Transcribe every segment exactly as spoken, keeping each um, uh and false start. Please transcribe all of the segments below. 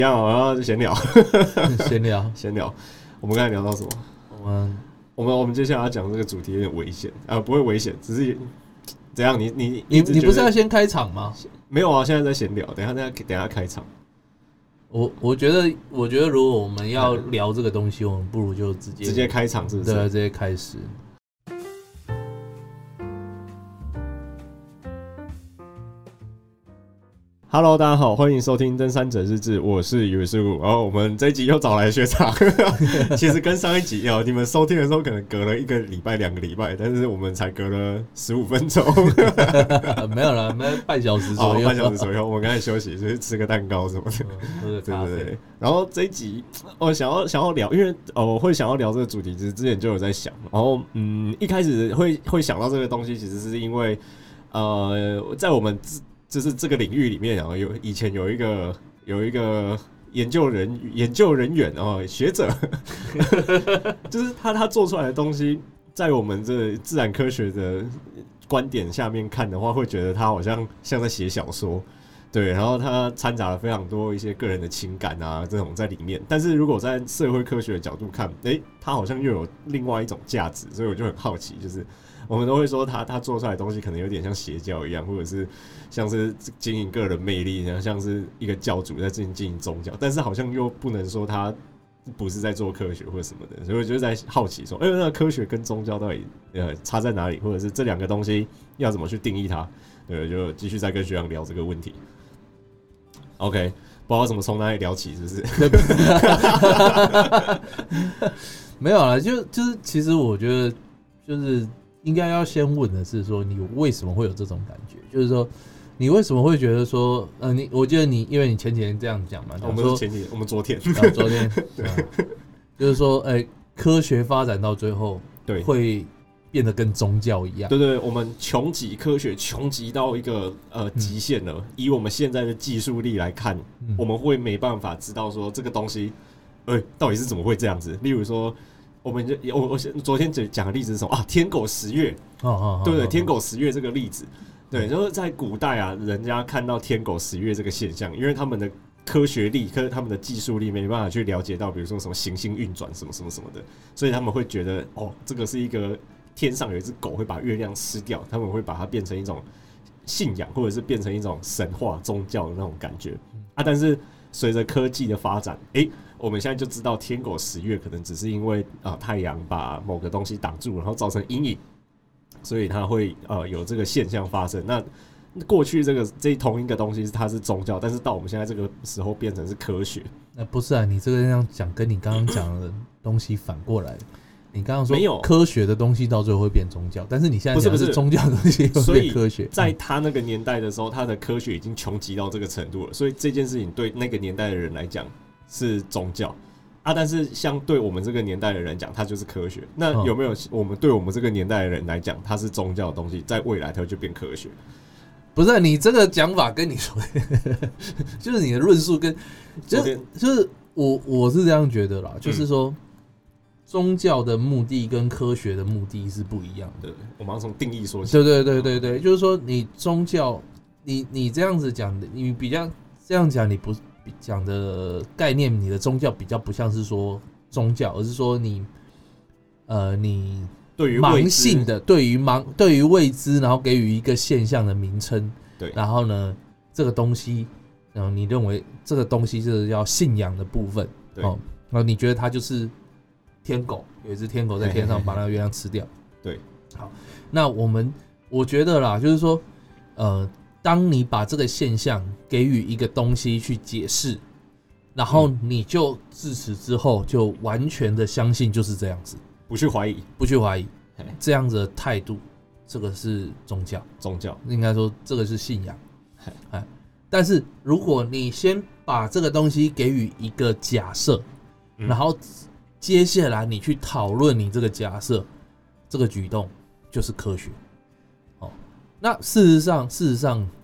一样，然后闲聊， 闲聊， 闲聊。我们刚才聊到什么？ 我们我们我们接下来要讲这个主题有点危险啊、呃，不会危险，只是怎样？你你你你不是要先开场吗？ 没有啊，现在在闲聊，等一下等一下等一下开场。 我我觉得我觉得如果我们要聊这个东西，我们不如就直接直接开场，是不是？ 对，直接开始。 Hello， 大家好，欢迎收听《登山者日志》，我是于师傅。然后我们这一集又找来学长，其实跟上一集哦，你们收听的时候可能隔了一个礼拜、两个礼拜，但是我们才隔了十五分钟， 没有啦，没有半小时左右， 哦、半小时左右。我们刚才休息，就是吃个蛋糕什么的， 嗯、 对对对。然后这一集我想要想要聊，因为哦，我会想要聊这个主题，其实之前就有在想。然后嗯，一开始会会想到这个东西，其实是因为呃，在我们就是这个领域里面啊，有以前有一个有一个研究人研究人员哦，学者，就是他他做出来的东西，在我们这自然科学的观点下面看的话，会觉得他好像像在写小说，对，然后他掺杂了非常多一些个人的情感啊这种在里面。但是如果在社会科学的角度看，哎、欸，他好像又有另外一种价值，所以我就很好奇，就是我们都会说他他做出来的东西可能有点像邪教一样，或者是像是经营个人魅力，然后像是一个教主在经营经营宗教，但是好像又不能说他不是在做科学或者什么的，所以我就在好奇说，哎、欸，那科学跟宗教到底呃差在哪里，或者是这两个东西要怎么去定义它？对，就继续再跟学长聊这个问题。OK， 不知道怎么从哪里聊起，是不是？ 没有啦，就就是其实我觉得就是应该要先问的是说，你为什么会有这种感觉？就是说，你为什么会觉得说，呃，你我记得你因为你前几天这样讲嘛， 我们是前几天，我们昨天， 啊、昨天，对、啊，就是说，哎、欸，科学发展到最后， 对， 会变得跟宗教一样。 对对，我们穷极科学，穷极到一个呃极限了、嗯。以我们现在的技术力来看、嗯，我们会没办法知道说这个东西，哎、欸，到底是怎么会这样子？例如说，我们就我我昨天讲的例子是什么啊？天狗食月， 哦哦， 对不对？天狗食月这个例子，对，就是在古代啊，人家看到天狗食月这个现象，因为他们的科学力、科他们的技术力没办法去了解到，比如说什么行星运转什么什么什么的，所以他们会觉得哦，这个是一个天上有一只狗会把月亮吃掉，他们会把它变成一种信仰，或者是变成一种神话宗教的那种感觉啊。但是随着科技的发展，哎、欸，我们现在就知道天狗食月可能只是因为啊、呃、太阳把某个东西挡住，然后造成阴影，所以它会呃有这个现象发生。那过去这个这同一个东西它是宗教，但是到我们现在这个时候变成是科学。 那、呃、不是啊，你这个样讲跟你刚刚讲的东西反过来。你刚刚说没有科学的东西到最后会变宗教，但是你现在讲的是宗教的东西会变科学。 在他那个年代的时候，他的科学已经穷极到这个程度了，所以这件事情对那个年代的人来讲是宗教啊，但是相对我们这个年代的人讲，它就是科学。那有没有我们对我们这个年代的人来讲，它是宗教的东西，在未来它就变科学？ 不是你这个讲法跟你说，就是你的论述跟就是就是我我是这样觉得啦，就是说。嗯，宗教的目的跟科学的目的是不一样的。 对，我们要从定义说起。 对对对对对，就是说你宗教，你你这样子讲的，你比较这样讲，你不讲的概念，你的宗教比较不像是说宗教，而是说你呃你对于盲信的，对于盲对于未知，然后给予一个现象的名称。 对， 然后呢，这个东西，然后你认为这个东西是要信仰的部分。 对， 哦，然后你觉得它就是天狗，有一只天狗在天上把那个月亮吃掉。 对， 好，那我们我觉得啦，就是说，呃，当你把这个现象给予一个东西去解释，然后你就自此之后就完全的相信就是这样子， 不去怀疑， 不去怀疑，这样子的态度，这个是宗教， 宗教应该说这个是信仰。哎，但是如果你先把这个东西给予一个假设，嗯，然后接下来你去讨论你这个假设，这个举动就是科学。哦，那事实上，事实上，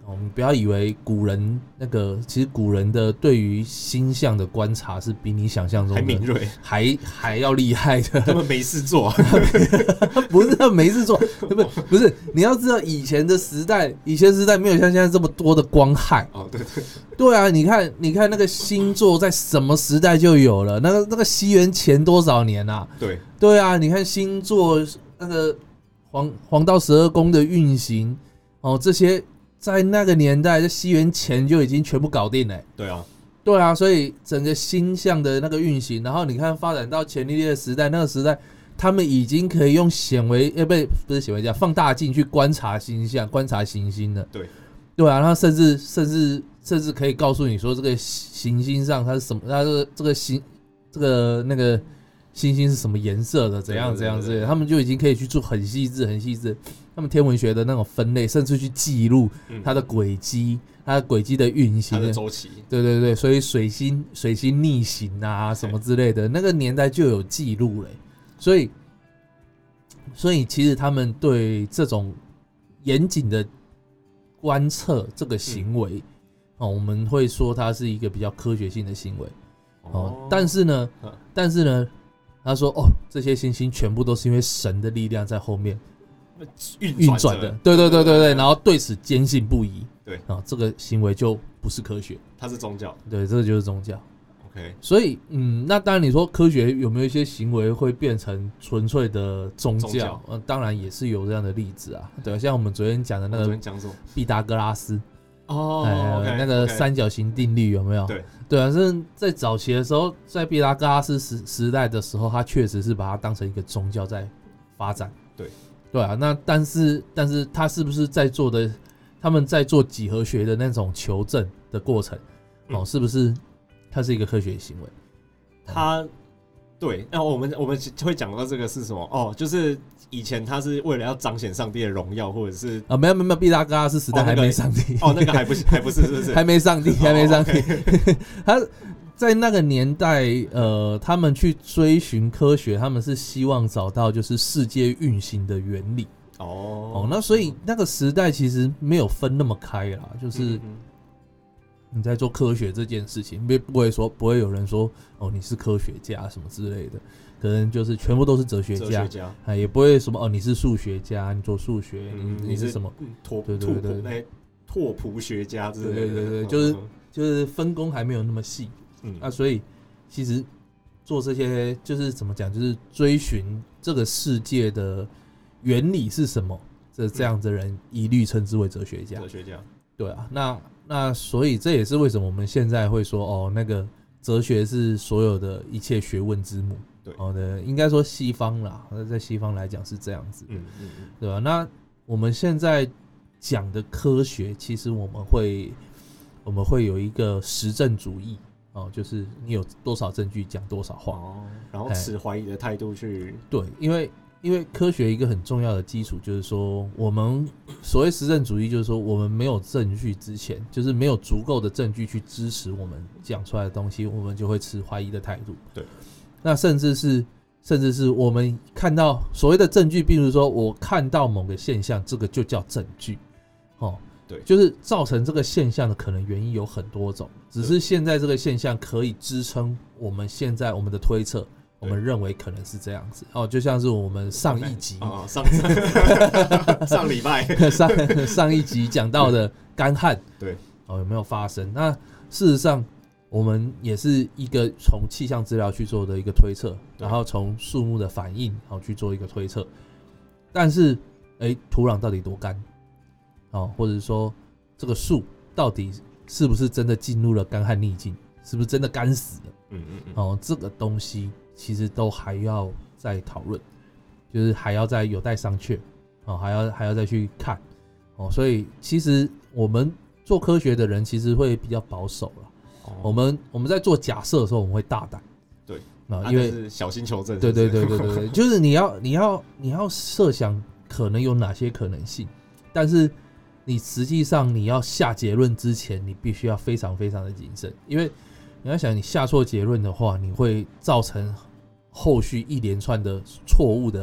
我们不要以为古人那个，其实古人的对于星象的观察是比你想象中的还敏锐， 还还要厉害的。 他们没事做、啊， 不是他们没事做，不是不是，你要知道以前的时代，以前时代没有像现在这么多的光害。 哦，对对对啊，你看你看那个星座在什么时代就有了？那个那个西元前多少年啊？ 对对啊，你看星座那个黄黄道十二宫的运行哦，这些。在那个年代，在西元前就已经全部搞定了、欸。 对啊， 对啊，所以整个星象的那个运行，然后你看发展到前历列的时代，那个时代他们已经可以用显微，呃，不不是显微镜，放大镜去观察星象、观察行星了。 对， 对啊，然后甚至甚至甚至可以告诉你说，这个行星上它是什么，它这个这个星这个那个星星是什么颜色的，怎样怎样之类的，他们就已经可以去做很细致、很细致。他们天文学的那种分类，甚至去记录它的轨迹、它的轨迹的运行、 它的周期。 对对对，所以水星水星逆行啊什么之类的，那个年代就有记录了。所以，所以其实他们对这种严谨的观测这个行为，嗯哦、我们会说它是一个比较科学性的行为。哦，哦但是呢，但是呢，他说哦，这些星星全部都是因为神的力量在后面。运转的，对对对对对，然后对此坚信不疑， 对啊，这个行为就不是科学， 它是宗教， 对，这个就是宗教。 OK， 所以嗯，那当然你说科学有没有一些行为会变成纯粹的宗教？宗教呃，当然也是有这样的例子啊，对，像我们昨天讲的那个毕达哥拉斯哦、 呃 okay, 那个三角形定律有没有？ 对对啊，是在早期的时候，在毕达哥拉斯时时代的时候，他确实是把它当成一个宗教在发展， 对。 对啊，那但是但是他是不是在做的？他们在做几何学的那种求证的过程，哦，是不是它是一个科学行为？ 他对，那我们我们会讲到这个是什么？哦，就是以前他是为了要彰显上帝的荣耀，或者是啊，没有没有没有，毕达哥拉斯时代还没上帝， 哦，那个还不是还不是是不是？ 还没上帝，还没上帝， 哦 okay 他。在那个年代，呃，他们去追寻科学，他们是希望找到就是世界运行的原理。 哦哦，那所以那个时代其实没有分那么开啦，就是你在做科学这件事情，不会说不会有人说哦你是科学家什么之类的，可能就是全部都是哲学家， 哲学家啊，也不会什么哦你是数学家，你做数学， 嗯、 你, 你是什么拓对对对对拓扑学家之类的， 对对对，就是就是分工还没有那么细。嗯，啊，所以其实做这些就是怎么讲，就是追寻这个世界的原理是什么，这这样的人一律称之为哲学家。 哲学家， 对啊，那那所以这也是为什么我们现在会说哦，那个哲学是所有的一切学问之母。 对， 哦的，应该说西方啦，在西方来讲是这样子。嗯嗯嗯，对吧、啊？那我们现在讲的科学，其实我们会我们会有一个实证主义。哦，就是你有多少证据讲多少话， 哦，然后持怀疑的态度去对，因为因为科学一个很重要的基础就是说，我们所谓实证主义，就是说我们没有证据之前，就是没有足够的证据去支持我们讲出来的东西，我们就会持怀疑的态度。 对， 那甚至是甚至是我们看到所谓的证据，比如说我看到某个现象，这个就叫证据，哦。 对， 就是造成这个现象的可能原因有很多种，只是现在这个现象可以支撑我们现在我们的推测，我们认为可能是这样子哦，就像是我们上一集哦上上礼拜上上一集讲到的干旱， 对哦有没有发生？那事实上我们也是一个从气象资料去做的一个推测，然后从树木的反应然后去做一个推测，但是哎，土壤到底多干？哦，或者说这个树到底是不是真的进入了干旱逆境，是不是真的干死了？嗯嗯嗯。哦，这个东西其实都还要再讨论，就是还要再有待商榷，哦，还要还要再去看，哦，所以其实我们做科学的人其实会比较保守了。哦、我们我们在做假设的时候，我们会大胆， 对， 啊，因为是小心求证， 对对对对对对，就是你要你要你要设想可能有哪些可能性，但是。你实际上你要下结论之前，你必须要非常非常的谨慎，因为你要想你下错结论的话，你会造成后续一连串的错误的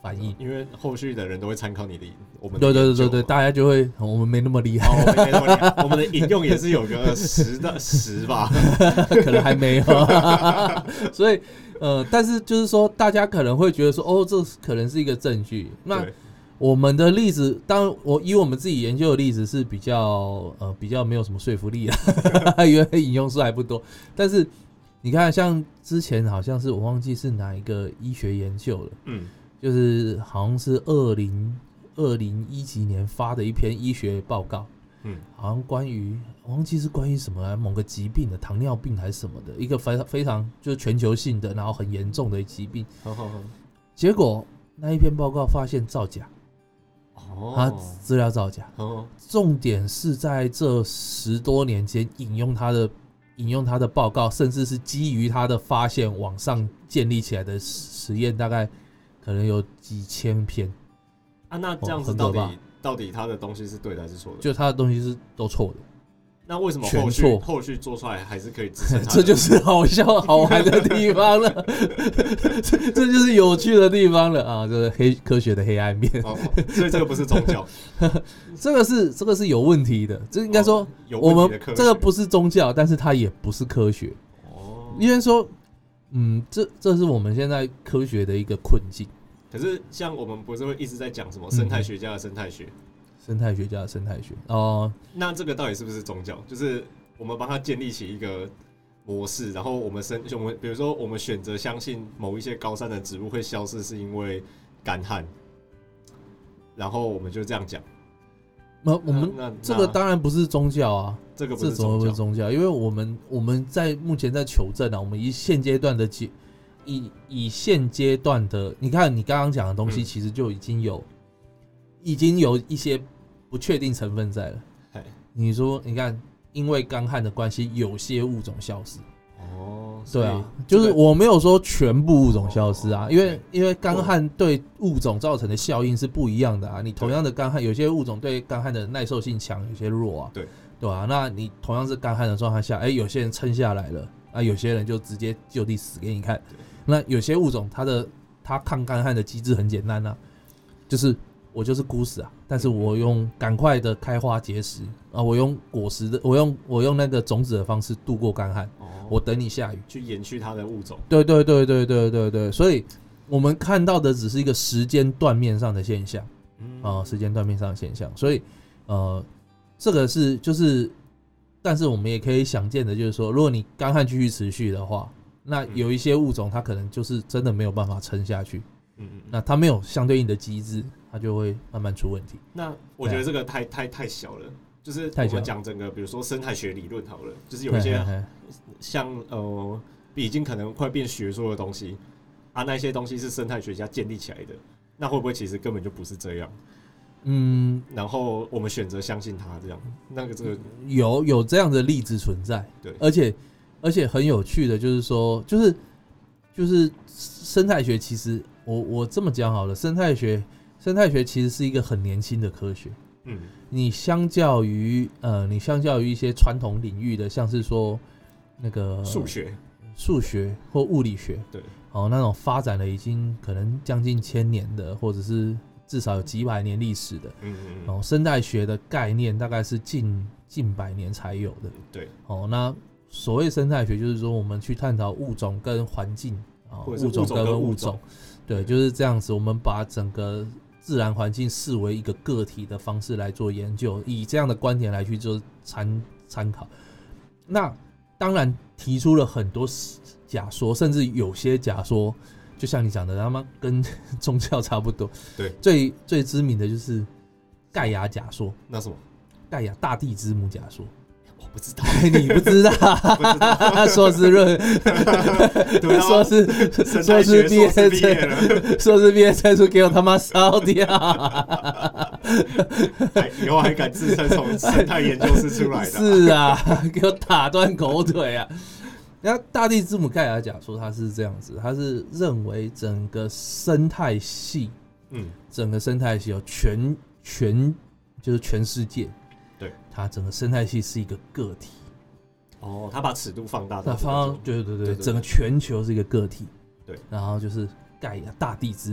反应， 因为后续的人都会参考你的我们的对对对对，大家就会我们没那么厉害， 哦、我们没那么厉害，我们的引用也是有个十的十吧， 可能还没有，所以呃，但是就是说，大家可能会觉得说，哦，这可能是一个证据。那我们的例子，当然我以我们自己研究的例子是比较呃比较没有什么说服力啦，因为引用数还不多，但是。你看，像之前好像是我忘记是哪一个医学研究了，嗯，就是好像是二零二零一几年发的一篇医学报告，嗯，好像关于我忘记是关于什么某个疾病的糖尿病还是什么的一个非常非常就是全球性的，然后很严重的疾病，好好好，结果那一篇报告发现造假，哦，他资料造假，哦，重点是在这十多年间引用他的。引用他的报告，甚至是基于他的发现往上建立起来的实验，大概可能有几千篇啊。那这样子到底、哦、到底他的东西是对的还是错的？ 就他的东西是都错的。 那为什么后续后续做出来还是可以支撑他？ 这就是好笑好玩的地方了，这就是有趣的地方了啊！这个黑科学的黑暗面， 哦、所以这个不是宗教， 这个是这个是有问题的。这应该说，我们这个不是宗教，但是它也不是科学。哦，因为说，嗯，这这是我们现在科学的一个困境。 可是，像我们不是会一直在讲什么生态学家的生态学？嗯生态学家的生态学哦， 那这个到底是不是宗教？就是我们帮他建立起一个模式，然后我们生我们比如说我们选择相信某一些高山的植物会消失，是因为干旱，然后我们就这样讲。 那我们这个当然不是宗教啊， 这个不是宗教， 这怎么不是宗教？因为我们我们在目前在求证啊，我们以现阶段的以以现阶段的，你看你刚刚讲的东西，其实就已经有、嗯、已经有一些。不确定成分在了。你说，你看，因为干旱的关系，有些物种消失。哦，对啊，就是我没有说全部物种消失啊，因为因为干旱对物种造成的效应是不一样的啊。你同样的干旱，有些物种对干旱的耐受性强，有些弱啊。对，对吧、啊？那你同样是干旱的状态下，哎、欸，有些人撑下来了，啊，有些人就直接就地死给你看。那有些物种它的它抗干旱的机制很简单啊，就是。我就是枯死啊，但是我用赶快的开花结实啊，我用果实的，我用我用那个种子的方式度过干旱，哦、我等你下雨， 去延续它的物种。 对对对对对对对，所以我们看到的只是一个时间断面上的现象，嗯、啊，时间断面上的现象，所以呃，这个是就是，但是我们也可以想见的就是说，如果你干旱继续持续的话，那有一些物种它可能就是真的没有办法撑下去，嗯嗯，那它没有相对应的机制。它就会慢慢出问题。 那我觉得这个太太太小了，就是我们讲整个，比如说生态学理论好了，就是有一些像呃已经可能快变学说的东西啊，那些东西是生态学家建立起来的，那会不会其实根本就不是这样？嗯，然后我们选择相信它这样，那个这个有有这样的例子存在，对，而且而且很有趣的就是说，就是就是生态学其实我我这么讲好了，生态学。生态学其实是一个很年轻的科学，嗯，你相较于呃，你相较于一些传统领域的，像是说那个数学、 数学或物理学，对，哦，那种发展了已经可能将近千年的，或者是至少有几百年历史的，嗯嗯嗯，哦，生态学的概念大概是近近百年才有的，对，哦，那所谓生态学就是说我们去探讨物种跟环境啊，物种跟物种，对，就是这样子，我们把整个自然环境视为一个个体的方式来做研究，以这样的观点来去做参参考。那当然提出了很多假说，甚至有些假说，就像你讲的，他们跟宗教差不多。对，最最知名的就是盖亚假说。 那什么？ 盖亚大地之母假说。 我不知道， 你不知道？硕士论，硕士硕士毕业证，硕士毕业证书给我他妈烧掉！ 以后还敢自称从生态研究室出来的？ 是啊，给我打断狗腿啊！然后大地之母盖亚假说他是这样子，他是认为整个生态系，嗯，整个生态系有全全就是全世界。它整个生态系是一个个体， 哦，它把尺度放大到， 放对对对，整个全球是一个个体，对，然后就是盖亚大地之母，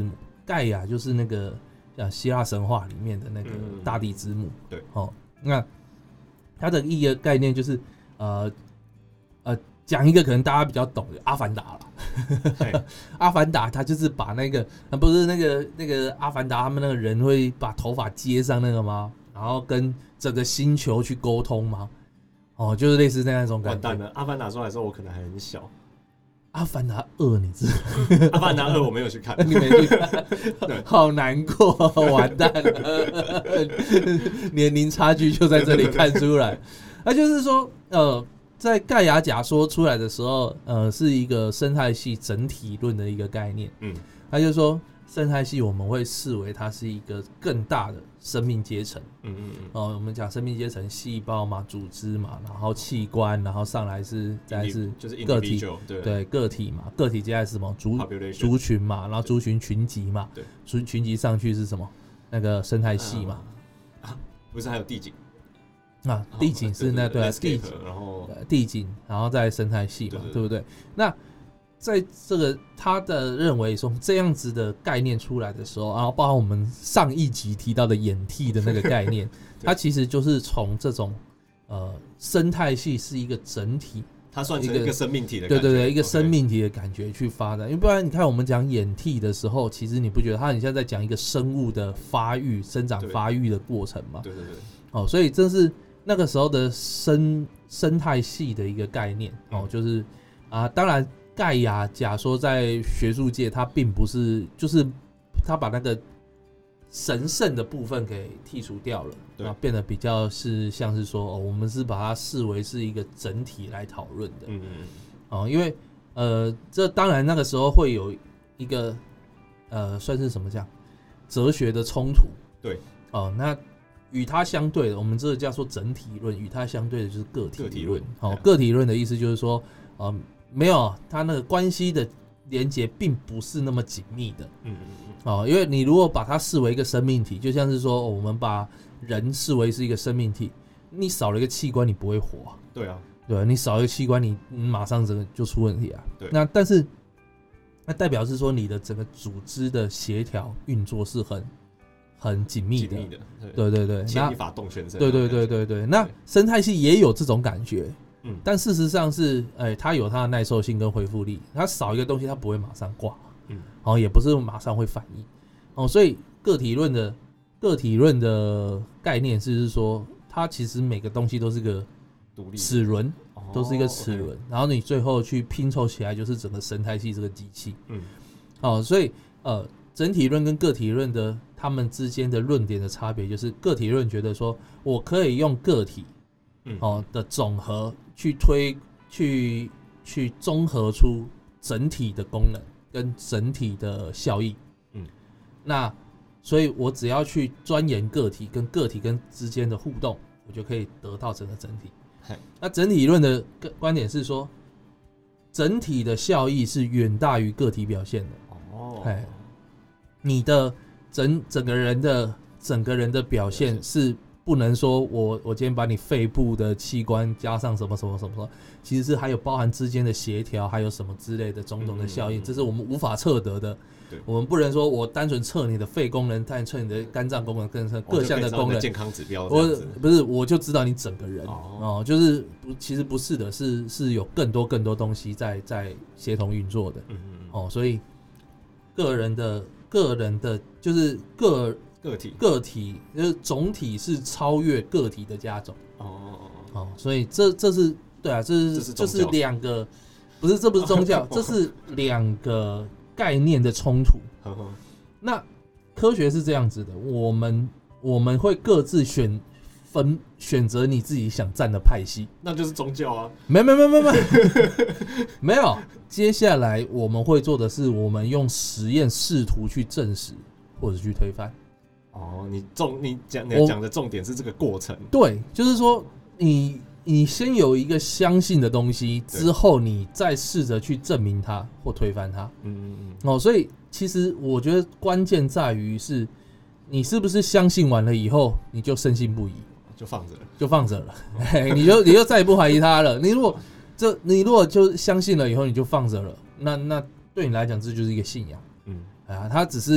盖亚就是那个像希腊神话里面的那个大地之母。 嗯、对， 哦，那它的一个概念就是呃呃，讲一个可能大家比较懂的阿凡达了。阿凡达他就是把那个不是那个那个阿凡达他们那个人会把头发接上那个吗？然后跟整个星球去沟通吗？哦，就是类似那种感觉。 完蛋了，阿凡达出来的时候我可能还很小。 阿凡达二你知道？ 阿凡达二我没有去看， 你没去看，好难过，完蛋了，年龄差距就在这里看出来。那就是说，呃，在盖亚假说出来的时候，呃，是一个生态系整体论的一个概念。嗯，他就说生态系我们会视为它是一个更大的生命阶层。嗯嗯嗯。哦、呃，我们讲生命阶层，细胞嘛，组织嘛，然后器官，然后上来是再来是就是个体， 对对个体嘛，个体接下来是什么族族群嘛，然后族群群集嘛，对，群群集上去是什么？那个生态系嘛。 啊，不是还有地景？ 啊，地景是那对地景， 然后地景，然后再生态系嘛，对, 对, 对不对？那在这个他的认为说这样子的概念出来的时候，然后包含我们上一集提到的演替的那个概念，它其实就是从这种呃生态系是一个整体， 它算成一个生命体的感觉， 对对对，一个生命体的感觉去发展。因为不然你看我们讲演替的时候，其实你不觉得它很像在讲一个生物的发育、生长发育的过程吗？ 对对对。 哦，所以这是那个时候的生生态系的一个概念哦，就是啊，当然盖亚假说在学术界它并不是，就是他把那个神圣的部分给剔除掉了，对，变得比较是像是说、哦、我们是把它视为是一个整体来讨论的，嗯嗯哦，因为呃，这当然那个时候会有一个呃，算是什么讲哲学的冲突， 对， 哦，那。与它相对的，我们这个叫做整体论；与它相对的就是个体论。好、哦，个体论的意思就是说，呃，没有它那个关系的连结，并不是那么紧密的。嗯嗯嗯。哦，因为你如果把它视为一个生命体，就像是说、哦、我们把人视为是一个生命体，你少了一个器官，你不会活、啊。 对啊， 对啊，你少一个器官，你马上整个就出问题啊。对。那但是，那代表是说你的整个组织的协调运作是很。很紧密的， 的对对对， 牵一发动全身， 对对对对对。那生态系也有这种感觉，嗯，但事实上是，哎、欸，它有它的耐受性跟恢复力，它少一个东西，它不会马上挂，嗯，哦，也不是马上会反应，哦，所以个体论的个体论的概念是说，它其实每个东西都是个独立齿轮，都是一个齿轮，然后你最后去拼凑起来就是整个生态系这个机器，嗯，哦，所以呃。整体论跟个体论的他们之间的论点的差别，就是个体论觉得说，我可以用个体，哦的总和去推去去综合出整体的功能跟整体的效益，嗯，那所以我只要去钻研个体跟个体跟之间的互动，我就可以得到整个整体。那整体论的观点是说，整体的效益是远大于个体表现的。哦。你的整整个人的整个人的表现是不能说我我今天把你肺部的器官加上什么什么什么什么，其实是还有包含之间的协调，还有什么之类的种种的效应，嗯嗯嗯，这是我们无法测得的。我们不能说我单纯测你的肺功能，单测你的肝脏功能，跟各项的功能健康指标。 我不是我就知道你整个人哦，哦就是不其实不是的，是是有更多更多东西在在协同运作的。嗯嗯嗯哦，所以个人的。个人的就是个个体， 个体就是总体是超越个体的加总哦哦，所以这这是对啊，这是这是两个，不是这不是宗教，这是两个概念的冲突。那科学是这样子的，我们我们会各自选分选择你自己想站的派系， 那就是宗教啊！ 没没没没没没有。接下来我们会做的是，我们用实验试图去证实或者去推翻。 哦，你重你讲你讲的重点是这个过程。 对，就是说你你先有一个相信的东西，之后你再试着去证明它或推翻它。嗯嗯嗯。哦，所以其实我觉得关键在于是，你是不是相信完了以后，你就深信不疑， 就放着了， 就放着了，你就你就再也不怀疑它了。你如果这你如果就相信了以后，你就放着了，那那对你来讲这就是一个信仰，嗯，啊，它只是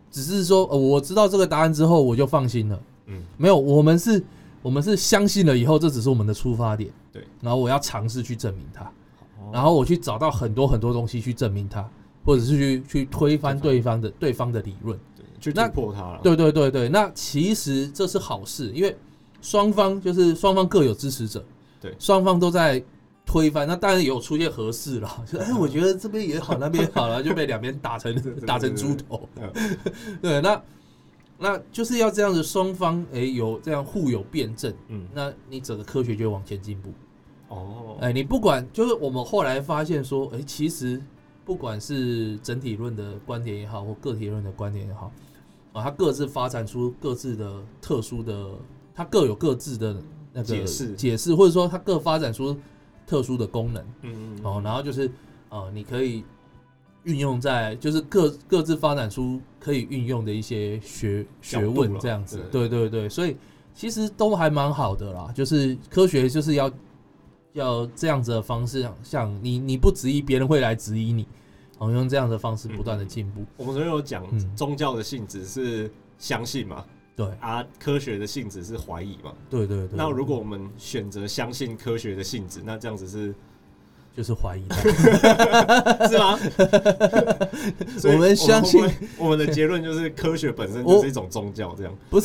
只是说、呃、我知道这个答案之后我就放心了。嗯，没有，我们是，我们是相信了以后，这只是我们的出发点。 对， 然后我要尝试去证明它，哦、然后我去找到很多很多东西去证明它，或者是去去推翻对方的对方的理论， 去突破它了。 对对对对，那其实这是好事，因为双方就是双方各有支持者，对，双方都在推翻，那当然有出现合适了，就哎，我觉得这边也好，那边好了，就被两边打成打成猪头。对，那。那就是要这样子，双方哎、欸、有这样互有辩证，嗯，那你整个科学就会往前进步。哦，哎、欸，你不管就是我们后来发现说，哎、欸，其实不管是整体论的观点也好，或个体论的观点也好，啊，它各自发展出各自的特殊的，它各有各自的那个解释，解释或者说它各发展出特殊的功能，嗯嗯，哦，然后就是呃，你可以。运用在就是各各自发展出可以运用的一些学学问这样子，对对对，所以其实都还蛮好的啦。就是科学就是要要这样子的方式，像你你不质疑，别人会来质疑你，哦，用这样的方式不断的进步。 嗯、我们昨天有讲宗教的性质是相信嘛，对啊，科学的性质是怀疑嘛， 对对 对, 对。 那如果我们选择相信科学的性质，那这样子是。 就是怀疑是吗？ 我们相信我们的结论就是科学本身就是一种宗教，这样不是？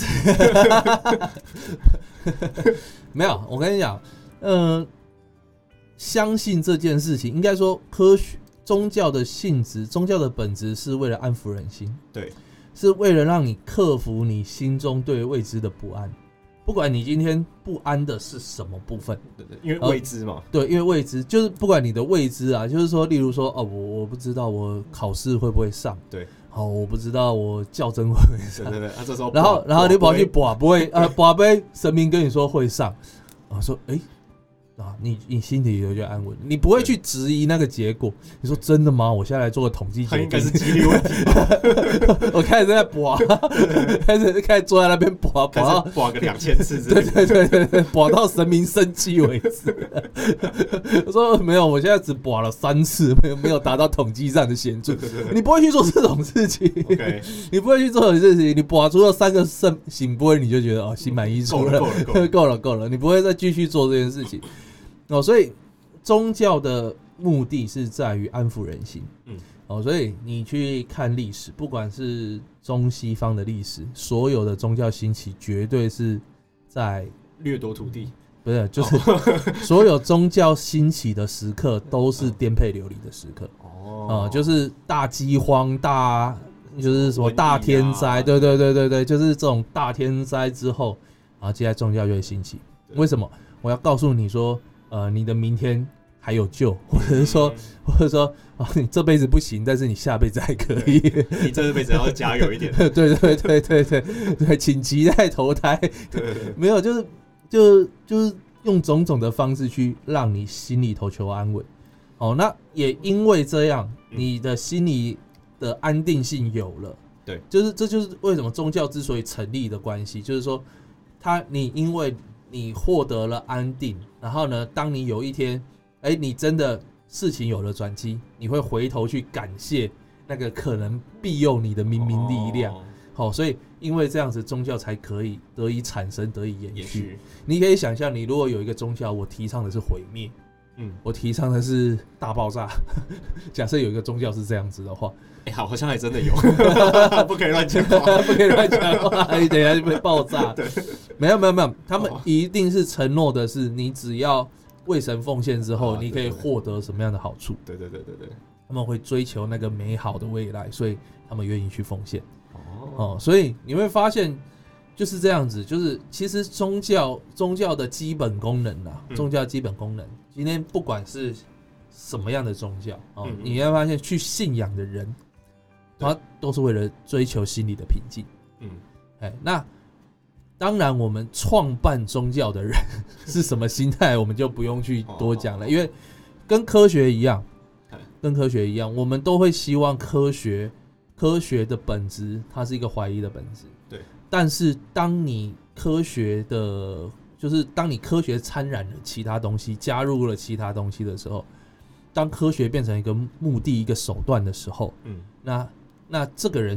没有，我跟你讲，嗯、呃，相信这件事情，应该说科学宗教的性质、宗教的本质是为了安抚人心，对，是为了让你克服你心中对未知的不安。不管你今天不安的是什么部分， 对对，因为未知嘛、呃， 对，因为未知就是不管你的未知啊，就是说，例如说，哦，我我不知道我考试会不会上，对，好，我不知道我教甄会不会上， 对对对，啊，这时候， 然后然后你跑去拔不会，呃，拔杯神明跟你说会上，啊，说，哎、欸。啊，你你心里有点安稳，你不会去质疑那个结果。你说真的吗？我现在来做个统计决定， 应该是几率问题。 我开始在拔，开始开始坐在那边拔，拔到拔个两千次， 对对对对对，拔到神明生气为止。我说没有，我现在只拔了三次，没有没有达到统计上的显著。你不会去做这种事情， okay. 你不会去做这种事情。你拔出了三个圣醒杯，你就觉得哦，心满意足了，够了够了够了够了，你不会再继续做这件事情。哦，所以宗教的目的是在于安抚人心。嗯，哦，所以你去看历史，不管是中西方的历史，所有的宗教兴起，绝对是在掠夺土地， 不是，就是所有宗教兴起的时刻都是颠沛流离的时刻。哦、呃，就是大饥荒、大就是什么大天灾，啊、对对对对对，就是这种大天灾之后，然后接下来宗教就会兴起。为什么？我要告诉你说。呃，你的明天还有救，或者是说，或者说，哦，你这辈子不行，但是你下辈子还可以。 你这辈子要加油一点。 对对对对对对，请期待投胎。对对对，没有，就是就就是用种种的方式去让你心里头求安稳。哦，那也因为这样，你的心里的安定性有了。对，就是这就是为什么宗教之所以成立的关系，就是说，他你因为。你获得了安定，然后呢，当你有一天，哎、欸，你真的事情有了转机，你会回头去感谢那个可能庇佑你的冥冥力量。好、哦哦，所以因为这样子，宗教才可以得以产生，得以延续。你可以想象，你如果有一个宗教，我提倡的是毁灭，嗯，我提倡的是大爆炸。假设有一个宗教是这样子的话。 哎、欸，好像还真的有，不可以乱讲话， 不可以乱讲话，你等一下就被爆炸。对，没有没有没有，他们一定是承诺的是，你只要为神奉献之后，你可以获得什么样的好处？ 对对对对对， 他们会追求那个美好的未来，所以他们愿意去奉献。哦，所以你会发现就是这样子，就是其实宗教宗教的基本功能啊，宗教基本功能，今天不管是什么样的宗教哦，嗯、你会发现去信仰的人。他都是为了追求心理的平静。嗯，哎，那当然，我们创办宗教的人是什么心态，我们就不用去多讲了，因为跟科学一样，跟科学一样，我们都会希望科学科学的本质，它是一个怀疑的本质。对，但是当你科学的，就是当你科学掺染了其他东西，加入了其他东西的时候，当科学变成一个目的、一个手段的时候，嗯，那。那这个人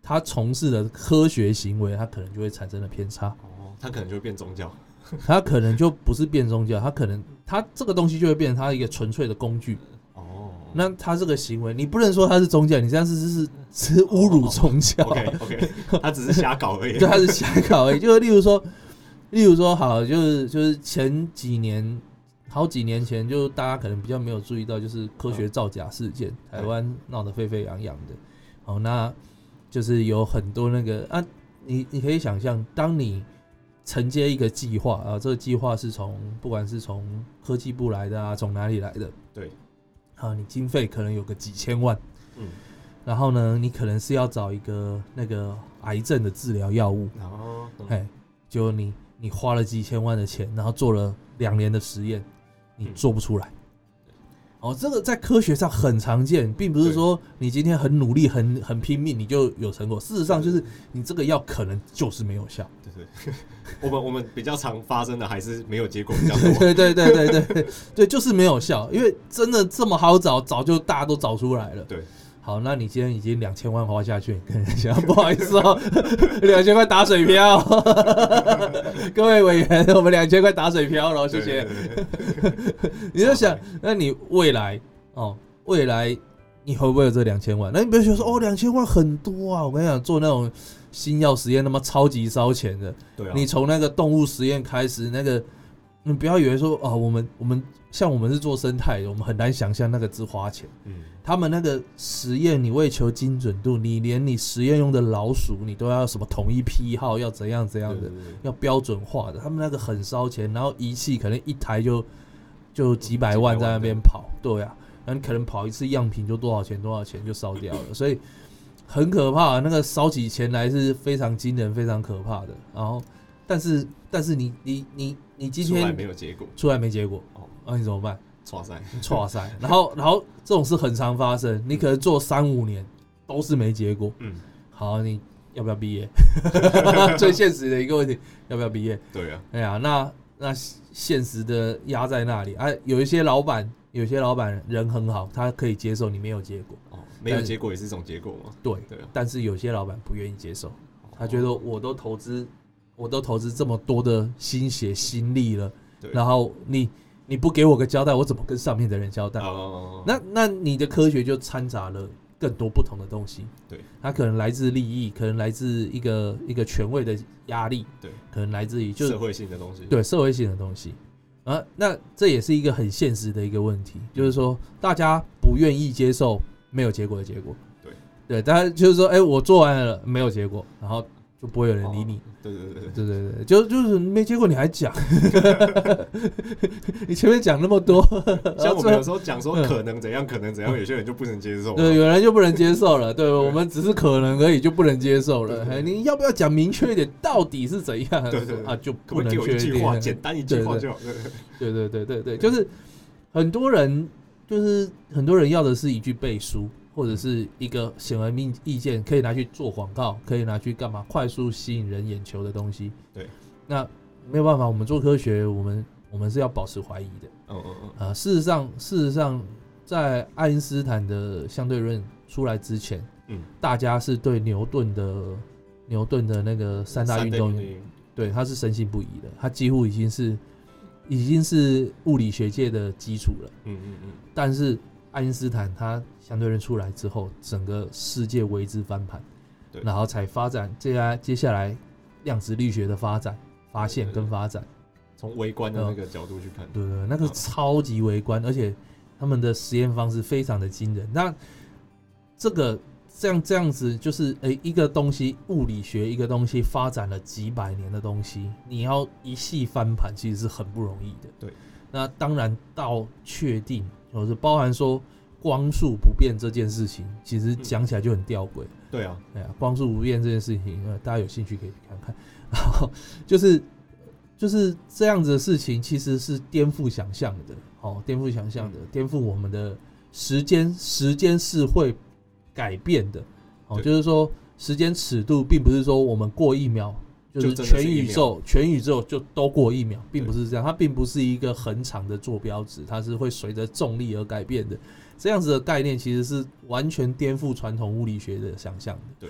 他从事的科学行为，他可能就会产生了偏差。 哦，他可能就会变宗教。 他可能就不是变宗教，他可能他这个东西就会变成他一个纯粹的工具。 哦， 那他这个行为，你不能说他是宗教，你这样是是是侮辱宗教。 哦、OK OK， 他只是瞎搞而已。 对，他是瞎搞而已。就是例如说，例如说，好，就是就是前几年，好几年前，就大家可能比较没有注意到，就是科学造假事件，嗯、台湾闹得沸沸扬扬的。好，那就是有很多那个啊，你你可以想象，当你承接一个计划啊，这个计划是从不管是从科技部来的啊，从哪里来的？ 对， 啊，你经费可能有个几千万， 嗯， 然后呢，你可能是要找一个那个癌症的治疗药物， 然后， 哎，就你你花了几千万的钱，然后做了两年的实验，你做不出来。嗯哦，这个在科学上很常见，并不是说你今天很努力、很很拼命你就有成果。事实上，就是你这个药可能就是没有效。 对对，我们我们比较常发生的还是没有结果比较多。 对对对对对对对，就是没有效，因为真的这么好找，早就大家都找出来了。 对。 好，那你今天已经两千万花下去，跟人家不好意思哦，两千块打水漂，各位委员，我们两千块打水漂了，谢谢。你就想，那你未来哦，未来你会不会有这两千万？那你不要觉得说哦，两千万很多啊！我跟你讲，做那种新药实验，他妈超级烧钱的。 对啊。你从那个动物实验开始，那个你不要以为说哦，我们我们像我们是做生态的，我们很难想象那个只花钱。嗯。他们那个实验，你为求精准度，你连你实验用的老鼠，你都要什么统一批号，要怎样怎样的，对对对，要标准化的。他们那个很烧钱，然后仪器可能一台就就几百万在那边跑，对啊，然后你可能跑一次样品就多少钱多少钱就烧掉了，所以很可怕。那个烧起钱来是非常惊人、非常可怕的。然后，但是但是你你你你今天出来没有结果， 出来没结果，哦，那你怎么办？ 挫赛， 挫赛，然后，然后这种事很常发生，你可能做三五年都是没结果。嗯，好，你要不要毕业？最现实的一个问题，要不要毕业？ 对啊， 哎呀，那那现实的压在那里啊。有一些老板，有些老板人很好，他可以接受你没有结果。 哦，没有结果也是一种结果吗？ 对，对啊。但是有些老板不愿意接受，他觉得我都投资，我都投资这么多的心血心力了，然后你。你不给我个交代，我怎么跟上面的人交代？ oh. 那那你的科学就掺杂了更多不同的东西。对，它可能来自利益，可能来自一个一个权威的压力，对，可能来自于就是社会性的东西。 对，社会性的东西。啊，那这也是一个很现实的一个问题，就是说大家不愿意接受没有结果的结果。对，对，大家就是说，哎、欸，我做完了没有结果，然后就不会有人理你。Oh. 对对对对对对，就就是没结果你还讲，你前面讲那么多， 像我们有时候讲说可能怎样，可能怎样，有些人就不能接受。 对，有人就不能接受了。对，我们只是可能而已，就不能接受了。对对对，你要不要讲明确一点，到底是怎样？对对啊，就不能确定。 一句话，简单一句话就好。 对对对对对，就是很多人，就是很多人要的是一句背书。或者是一个显而易意见，可以拿去做广告，可以拿去干嘛？快速吸引人眼球的东西。对，那没有办法，我们做科学，我们我们是要保持怀疑的。嗯嗯嗯。啊，事实上，事实上，在爱因斯坦的相对论出来之前，嗯，大家是对牛顿的牛顿的那个三大运动，对，他是深信不疑的，他几乎已经是已经是物理学界的基础了。嗯嗯嗯。但是爱因斯坦他相对论出来之后，整个世界为之翻盘，然后才发展接下接下来量子力学的发展、发现跟发展。 从微观的那个角度去看， 对 对, 对，那个超级微观，而且他们的实验方式非常的惊人。那这个这样这样子，就是诶、欸、一个东西，物理学一个东西发展了几百年的东西，你要一系翻盘，其实是很不容易的。对，那当然到确定，就是包含说。光速不变这件事情，其实讲起来就很吊诡。嗯、对啊，对啊，光速不变这件事情，大家有兴趣可以看看。然后就是就是这样子的事情，其实是颠覆想象的，哦，颠覆想象的，颠覆我们的时间，时间是会改变的。哦，就是说时间尺度，并不是说我们过一秒。就是全宇宙，全宇宙就都过一秒，并不是这样。它并不是一个很长的坐标值，它是会随着重力而改变的。这样子的概念其实是完全颠覆传统物理学的想象的。对，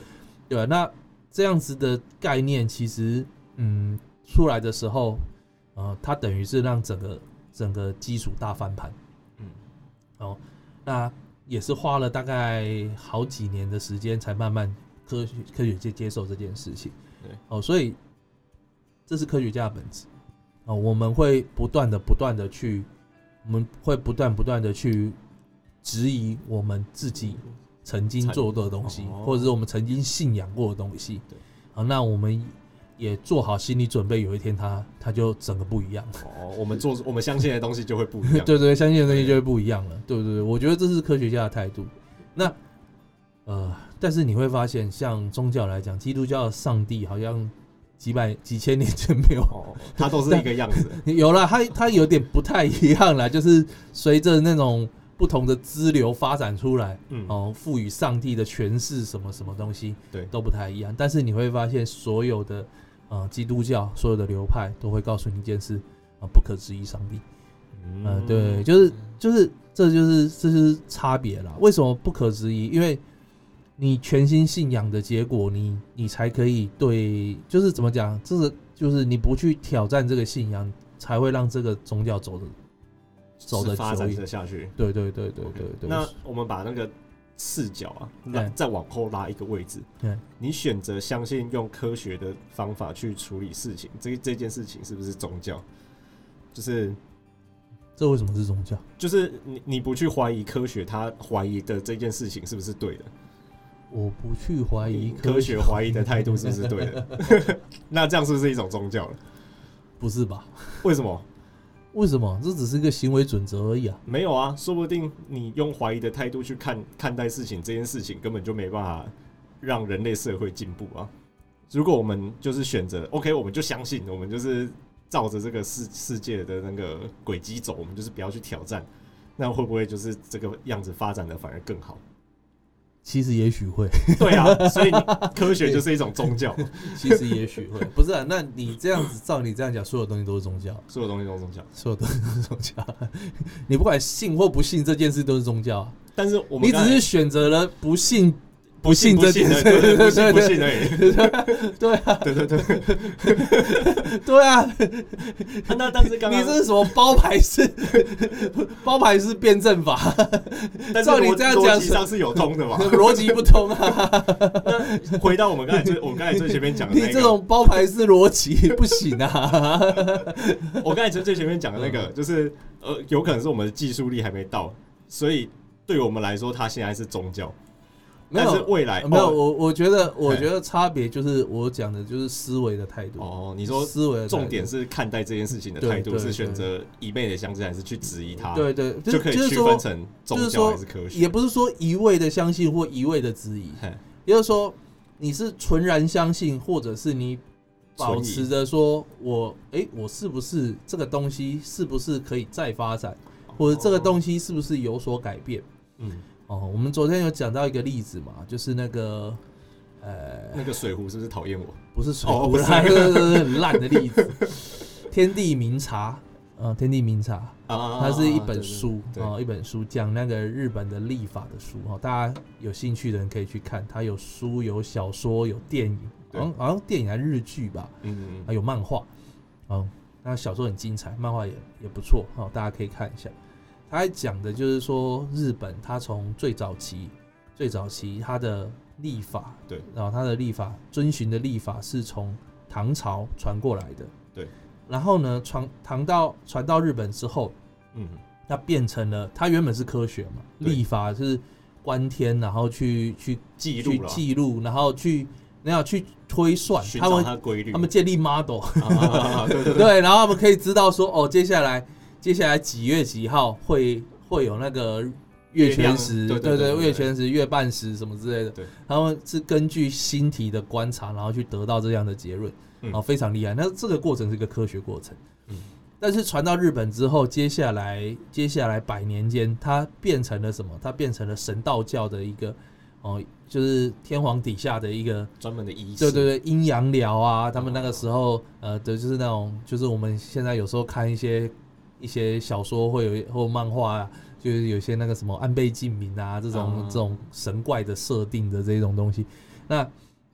对吧？那这样子的概念，其实嗯出来的时候，呃，它等于是让整个整个基础大翻盘。嗯，哦，那也是花了大概好几年的时间，才慢慢科学科学界接受这件事情。对，哦，所以这是科学家的本质。哦，我们会不断的、不断的去，我们会不断不断的去质疑我们自己曾经做过的东西，或者是我们曾经信仰过的东西。对，好，那我们也做好心理准备，有一天它它就整个不一样。 哦，我们做我们相信的东西就会不一样。 对对，相信的东西就会不一样了。对不对？我觉得这是科学家的态度。那呃，但是你会发现，像宗教来讲，基督教的上帝好像几百几千年前没有， 哦，它都是一个样子。 有了，它它有点不太一样啦，就是随着那种不同的支流发展出来，嗯，哦，赋予上帝的诠释什么什么东西，对，都不太一样。但是你会发现，所有的呃基督教所有的流派都会告诉你一件事啊，不可质疑上帝。嗯、呃，对，就是就是这就是这就是差别啦。为什么不可质疑？因为你全心信仰的结果，你你才可以对，就是怎么讲，这个就是你不去挑战这个信仰，才会让这个宗教走的走的发展的下去。 对对对对对对。 那我们把那个视角啊，再往后拉一个位置，你选择相信用科学的方法去处理事情，这这件事情是不是宗教？就是这为什么是宗教？ 就是你你不去怀疑科学，他怀疑的这件事情是不是对的？ 我不去怀疑科学，怀疑的态度是不是对的？那这样是不是一种宗教了？ 不是吧？ 为什么？ 为什么？这只是一个行为准则而已啊！ 没有啊，说不定你用怀疑的态度去看看待事情，这件事情根本就没办法让人类社会进步啊！如果我们就是选择 OK， 我们就相信，我们就是照着这个世世界的那个轨迹走，我们就是不要去挑战，那会不会就是这个样子发展的反而更好？ 其实也许会， 对啊，所以你科学就是一种宗教。 其实也许会，不是啊？那你这样子，照你这样讲，所有东西都是宗教， 所有东西都是宗教， 所有东西都是宗教。你不管信或不信，这件事都是宗教。 但是我们你只是选择了不信。 不信这件事，对不信不信而已。 对啊， 对对对， 对啊。 那但是刚刚你这是什么包牌式？包牌式辩证法？照你这样讲， 逻辑上是有通的嘛？ 逻辑不通啊。 那回到我们刚才最我刚才最前面讲的那个， 你这种包牌式逻辑不行啊。 我刚才最前面讲的那个，就是呃，有可能是我们的技术力还没到，所以对我们来说，它现在是宗教。但是未来没有，我我觉得，我觉得差别就是我讲的，就是思维的态度。 哦，你说思维的重点是看待这件事情的态度，是选择一昧的相信，还是去质疑它？ 对对， 就可以区分成宗教还是科学。 也不是说一味的相信或一味的质疑，也就是说你是纯然相信，或者是你保持着说我哎、欸，我是不是这个东西是不是可以再发展，或者这个东西是不是有所改变？嗯。哦，我们昨天有讲到一个例子嘛，就是那个，呃， 那个水壶是不是讨厌我？ 不是水壶，它是很烂的例子。天地明察，呃，天地明察，它是一本书哦，一本书讲那个日本的历法的书哦，大家有兴趣的人可以去看，它有书、有小说、有电影，好像好像电影还日剧吧，嗯嗯，还有漫画，哦，那小说很精彩，漫画也也不错，哦，大家可以看一下。他还讲的就是说，日本他从最早期、最早期他的历法，对，然后他的历法遵循的历法是从唐朝传过来的，对。然后呢，传唐到传到日本之后，嗯，它变成了，它原本是科学嘛，历法是观天，然后去去记录、 去记录，然后去那样去推算， 他们它规律， 他们建立 model， 啊、对, 对, 对, 对，然后他们可以知道说，哦，接下来。接下来几月几号会会有那个月全食，对对对，月全食、月半食什么之类的，对，他们是根据星体的观察，然后去得到这样的结论，嗯，非常厉害。那这个过程是一个科学过程，嗯，但是传到日本之后，接下来接下来百年间，它变成了什么？它变成了神道教的一个哦，就是天皇底下的一个专门的仪式， 对对对，阴阳寮啊，他们那个时候呃的就是那种，就是我们现在有时候看一些。一些小说会有或漫画啊，就是有些那个什么安倍晋明啊这种、嗯、这种神怪的设定的这种东西，那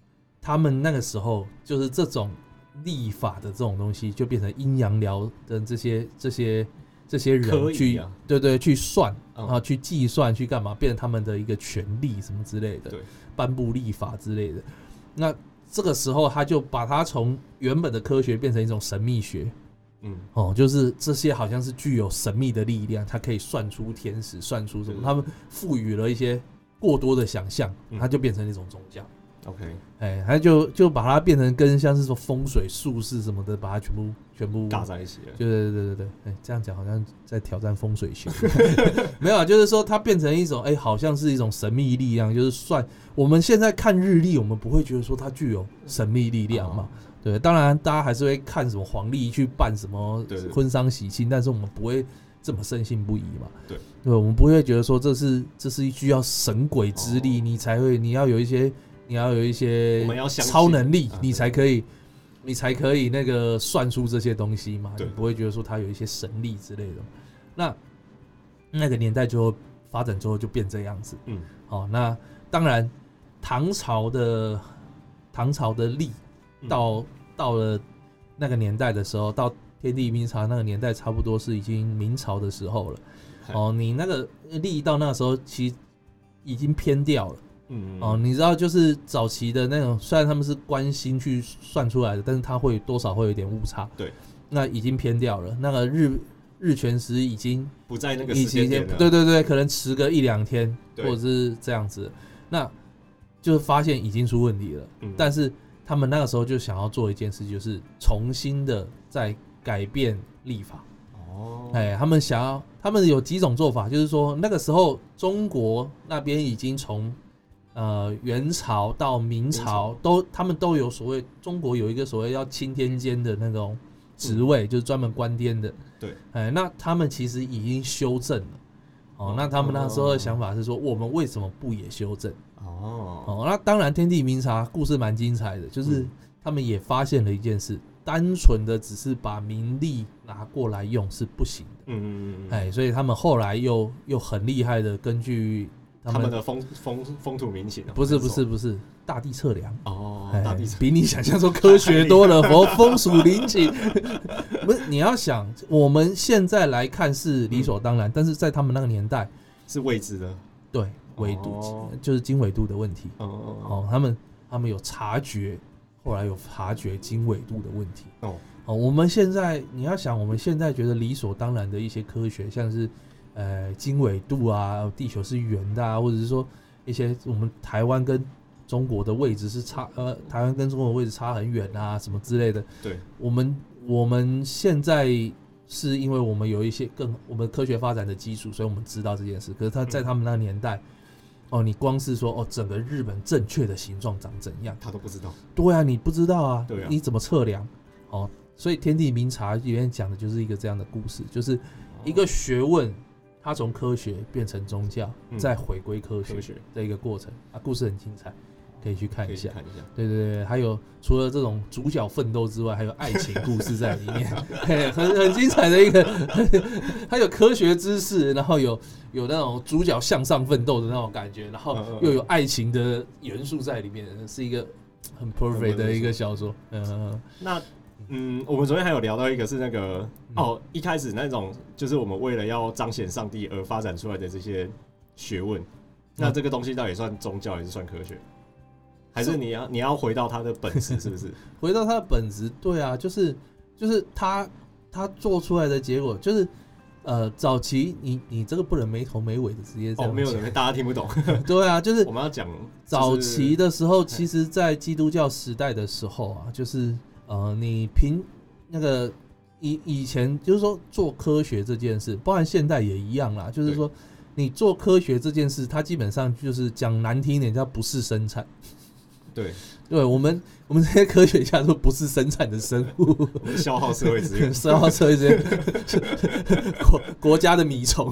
他们那个时候就是这种历法的这种东西，就变成阴阳寮的这些这些这些人去、啊、对对去算、嗯、啊，去计算去干嘛，变成他们的一个权利什么之类的，颁布历法之类的。那这个时候他就把它从原本的科学变成一种神秘学。嗯，哦，就是这些好像是具有神秘的力量，它可以算出天使，算出什么，他们赋予了一些过多的想象，它就变成一种宗教。 OK， 哎，他就就把它变成跟像是说风水术士什么的，把它全部全部搭在一起了。 对对对对对，哎，这样讲好像在挑战风水学。没有啊，就是说它变成一种，哎，好像是一种神秘力量，就是算我们现在看日历，我们不会觉得说它具有神秘力量嘛。哦，对，当然大家还是会看什么黄历去办什么婚丧喜庆，但是我们不会这么深信不疑嘛。 对， 对，我们不会觉得说这是这是需要神鬼之力，哦，你才会，你要有一些，你要有一些超能力，你才可以，你才可以那个算出这些东西嘛。你不会觉得说它有一些神力之类的。那那个年代就发展之后就变这样子。嗯，好，哦，那当然唐朝的唐朝的历。到到了那个年代的时候，到天地明察那个年代，差不多是已经明朝的时候了。哦，你那个历到那个时候，其实已经偏掉了。嗯，哦，你知道，就是早期的那种，虽然他们是关心去算出来的，但是它会多少会有点误差。 对， 那已经偏掉了。那个日日全食已经不在那个时间点了。 对对对，可能迟个一两天，或者是这样子，那就是发现已经出问题了。嗯，但是他们那个时候就想要做一件事，就是重新的再改变历法。哦，哎，他们想要，他们有几种做法，就是说那个时候中国那边已经从呃元朝到明朝都，他们都有所谓，中国有一个所谓要钦天监的那种职位，嗯，就是专门关天的。 对， 哎，那他们其实已经修正了。哦，那他们那时候的想法是说，我们为什么不也修正？哦，哦，那当然，天地明察故事蛮精彩的，就是他们也发现了一件事，单纯的只是把民力拿过来用是不行的。嗯嗯嗯，哎，所以他们后来又又很厉害的根据他 们, 他们的风风风土民情， 不是不是不是大地测量哦， 哎， 大地比你想象中科学多了，佛风俗民情。不是，你要想，我们现在来看是理所当然，嗯，但是在他们那个年代是未知的。 对。纬度，哦，就是经纬度的问题。哦哦哦，他们他们有察觉，后来有察觉经纬度的问题。哦哦，我们现在你要想，我们现在觉得理所当然的一些科学，像是呃经纬度啊，地球是圆的啊，或者是说一些我们台湾跟中国的位置是差，呃，台湾跟中国的位置差很远啊，什么之类的。 对， 我们我们现在是因为我们有一些更我们科学发展的基础，所以我们知道这件事。可是他在他们那个年代。嗯，哦，你光是说哦，整个日本正确的形状长怎样， 他都不知道。 对啊，你不知道啊， 对啊， 你怎么测量？哦，所以天地明察里面讲的就是一个这样的故事，就是一个学问，它从科学变成宗教，嗯，再回归科学的一个过程啊，故事很精彩。可以去看一下，看一下，对对对，还有除了这种主角奋斗之外，还有爱情故事在里面，很很精彩的一个，还有科学知识，然后有有那种主角向上奋斗的那种感觉，然后又有爱情的元素在里面，是一个很 perfect 的一个小说。嗯， 那嗯，我们昨天还有聊到一个是那个哦，一开始那种就是我们为了要彰显上帝而发展出来的这些学问，那这个东西到底算宗教还是算科学？还是你要你要回到它的本质，是不是？ 回到它的本质，对啊，就是就是他他做出来的结果，就是呃，早期你你这个不能没头没尾的直接这样， 哦，没有人大家听不懂。 对啊，就是我们要讲早期的时候，其实，在基督教时代的时候啊，就是呃，你凭那个以以前就是说做科学这件事，包含现代也一样啦，就是说你做科学这件事，它基本上就是讲难听一点叫不是生产。 对， 对我们我们这些科学家都不是生产的生物， 我们消耗社会资源， 消耗社会资源，国国家的米虫，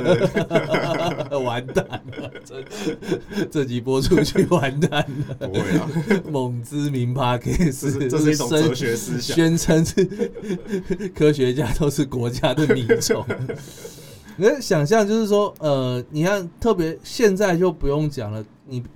完蛋了！这这集播出去完蛋了， 不会啊！ 猛知名 Podcast， 这是一种哲学思想， 宣称是科学家都是国家的米虫。你想象就是说，呃，你看，特别现在就不用讲了，你。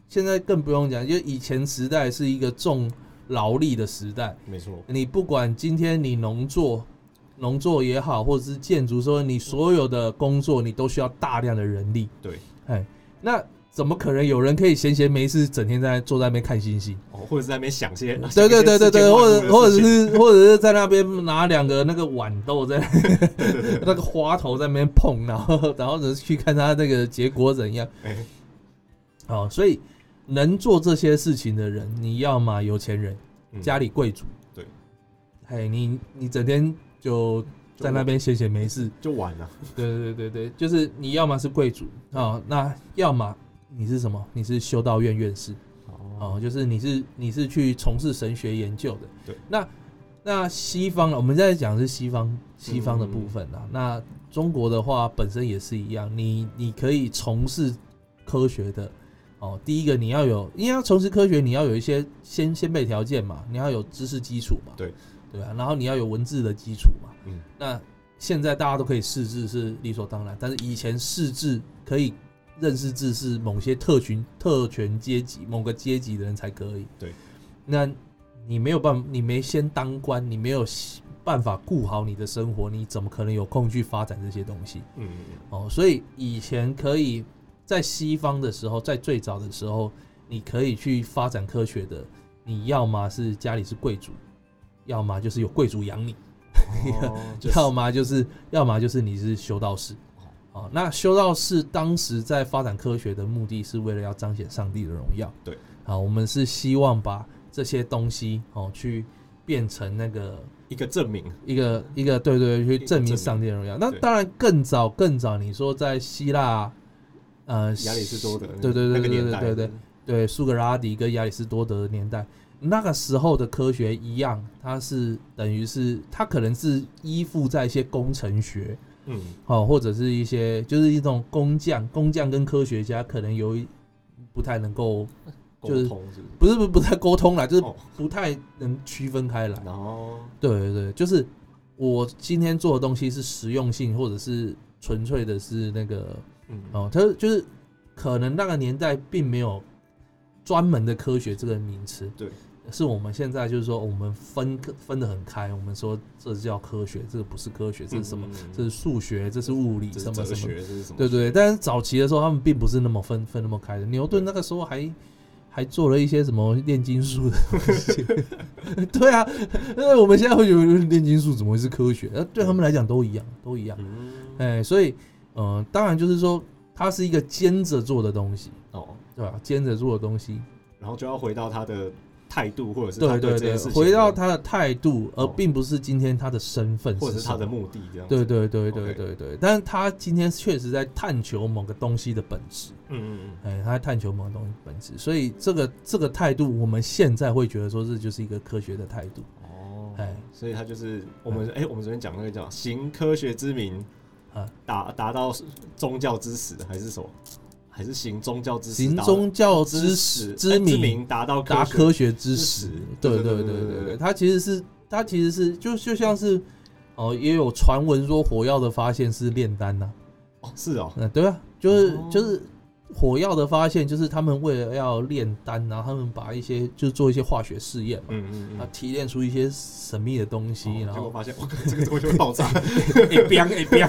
现在更不用讲，就以前时代是一个重劳力的时代， 没错。 你不管今天你农作、农作也好，或者是建筑，说你所有的工作，你都需要大量的人力。 对， 哎，那怎么可能有人可以闲闲没事，整天在坐在那边看星星？ 哦，或者是在那边想些， 对对对对对，或者或者是或者是在那边拿两个那个豌豆在那个花头在那边碰，然后然后去看他那个结果怎样。哎，哦，所以能做这些事情的人，你要么有钱人，嗯、家里贵族， 对， 哎，你你整天就在那边闲闲没事就玩了。 对对对对，就是你要么是贵族啊、哦，那要么你是什么？你是修道院院士。哦，就是你是你是去从事神学研究的， 对。 那那西方，我们在讲是西方西方的部分啦。嗯、那中国的话，本身也是一样，你你可以从事科学的哦。第一个你要有，因为要从事科学，你要有一些先先备条件嘛，你要有知识基础嘛， 对对啊。然后你要有文字的基础嘛， 嗯。那现在大家都可以识字是理所当然，但是以前识字可以。认识字是某些特群、特权阶级、某个阶级的人才可以。 对， 那你没有办法，你没先当官，你没有办法顾好你的生活，你怎么可能有空去发展这些东西？嗯嗯嗯。哦，所以以前可以在西方的时候，在最早的时候，你可以去发展科学的，你要么是家里是贵族，要么就是有贵族养你，哦就是、要么就是要么就是你是修道士。哦、那修道士当时在发展科学的目的是为了要彰显上帝的荣耀。 对， 好，我们是希望把这些东西哦去变成那个一个证明， 一个一个对对去证明上帝的荣耀。那当然更早更早，你说在希腊，呃， 亚里士多德， 对对对对对对对对对，苏格拉底跟亚里士多德的年代，那个时候的科学一样，它是等于是它可能是依附在一些工程学。嗯，哦，或者是一些就是一种工匠，工匠跟科学家可能有一不太能够就是沟通是不是不是不太沟通啦，就是不太能区分开来。 哦， 对对对，就是我今天做的东西是实用性，或者是纯粹的是那个，嗯，哦，它就是可能那个年代并没有专门的科学这个名词， 对。 是我们现在就是说，我们分分得很开。我们说这叫科学，这个不是科学，这是什么？嗯嗯嗯这是数学，这是物理，什么什么？对对。但是早期的时候，他们并不是那么分分那么开的。牛顿那个时候还还做了一些什么炼金术的东西。对啊，那我们现在会觉得炼金术怎么会是科学？那对他们来讲都一样，都一样。哎、嗯，所以呃，当然就是说，它是一个兼着做的东西哦，对吧？兼着做的东西， 然后就要回到它的。态度，或者是他对这件事情， 回到他的态度，而并不是今天他的身份， 或者是他的目的这样子。 对对对对对对，但是他今天确实在探求某个东西的本质。嗯嗯嗯，哎，他在探求某个东西本质，所以这个这个态度，我们现在会觉得说这就是一个科学的态度。 哦，哎，所以他就是我们哎，我们昨天讲那个叫行科学之名啊，达达到宗教之实，还是什么？还是行宗教之行宗教之实之名， 达到达科学之实。对对对对对，它其实是它其实是就就像是哦，也有传闻说火药的发现是炼丹呐。 哦，是哦， 嗯，对啊，就是就是火药的发现，就是他们为了要炼丹，然后他们把一些就是做一些化学试验嘛，嗯嗯嗯，提炼出一些神秘的东西，然后结果发现，哇，这个东西会爆炸， 一冰一冰，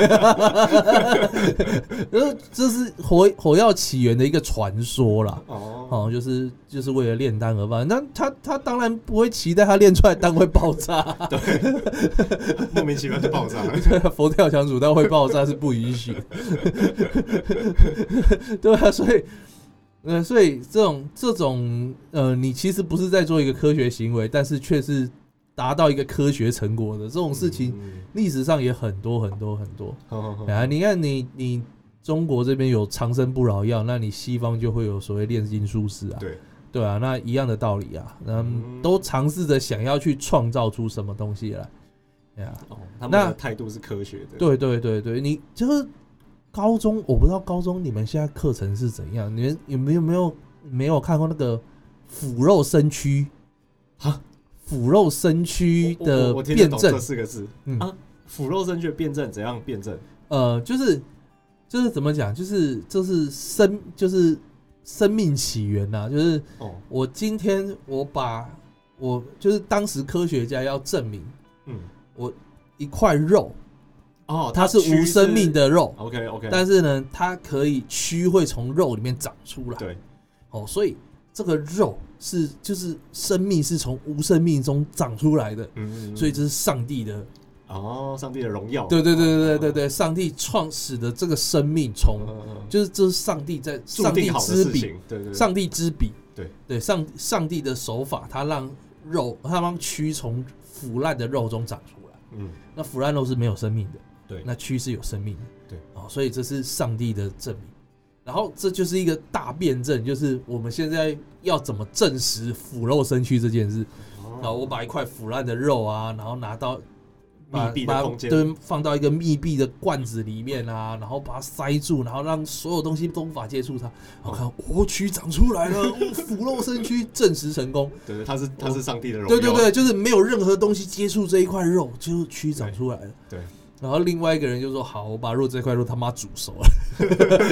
然后这是火火药起源的一个传说啦，哦，哦，就是就是为了炼丹而发，那他他当然不会期待他炼出来丹会爆炸， 对，莫名其妙就爆炸了， 佛跳墙煮蛋会爆炸是不允许。对啊，所以，呃，所以这种这种，呃，你其实不是在做一个科学行为，但是却是达到一个科学成果的这种事情，历史上也很多很多很多。啊，你看你你中国这边有长生不老药，那你西方就会有所谓炼金术士啊， 对对啊，那一样的道理啊，嗯，都尝试着想要去创造出什么东西来，对啊， 哦，他们的态度是科学的， 对对对对，你就是。高中我不知道高中你们现在课程是怎样？你们有没有没有没有看过那个腐肉身躯？啊，腐肉身躯的辩证这四个字、嗯、啊，腐肉身躯的辩证怎样辩证？ 呃，就是就是怎么讲？就是就是生就是生命起源呐、啊，就是我今天我把我就是当时科学家要证明，嗯，我一块肉。哦，它是无生命的肉 ，OK OK， 但是呢，它可以蛆会从肉里面长出来， 对， 哦，所以这个肉是就是生命是从无生命中长出来的，嗯嗯嗯，所以这是上帝的哦，上帝的荣耀， 对对对对对对，上帝创始的这个生命从，嗯、就是这是上帝在上帝之笔， 对 对, 对， 上帝之笔， 对对上上帝的手法，他让肉，他让蛆从腐烂的肉中长出来，嗯，那腐烂肉是没有生命的。 对， 那蛆是有生命的， 对， 哦，所以这是上帝的证明。然后这就是一个大辩证，就是我们现在要怎么证实腐肉生蛆这件事。哦、然后我把一块腐烂的肉啊，然后拿到密闭的空间， 对，放到一个密闭的罐子里面啊，然后把它塞住，然后让所有东西都无法接触它。然后看，哦，蛆长出来了，腐肉生蛆，证实成功。 对对，它是它是上帝的荣耀。 对对对，就是没有任何东西接触这一块肉，就是蛆长出来了。 对。对， 然后另外一个人就说：“好，我把肉这块肉他妈煮熟了，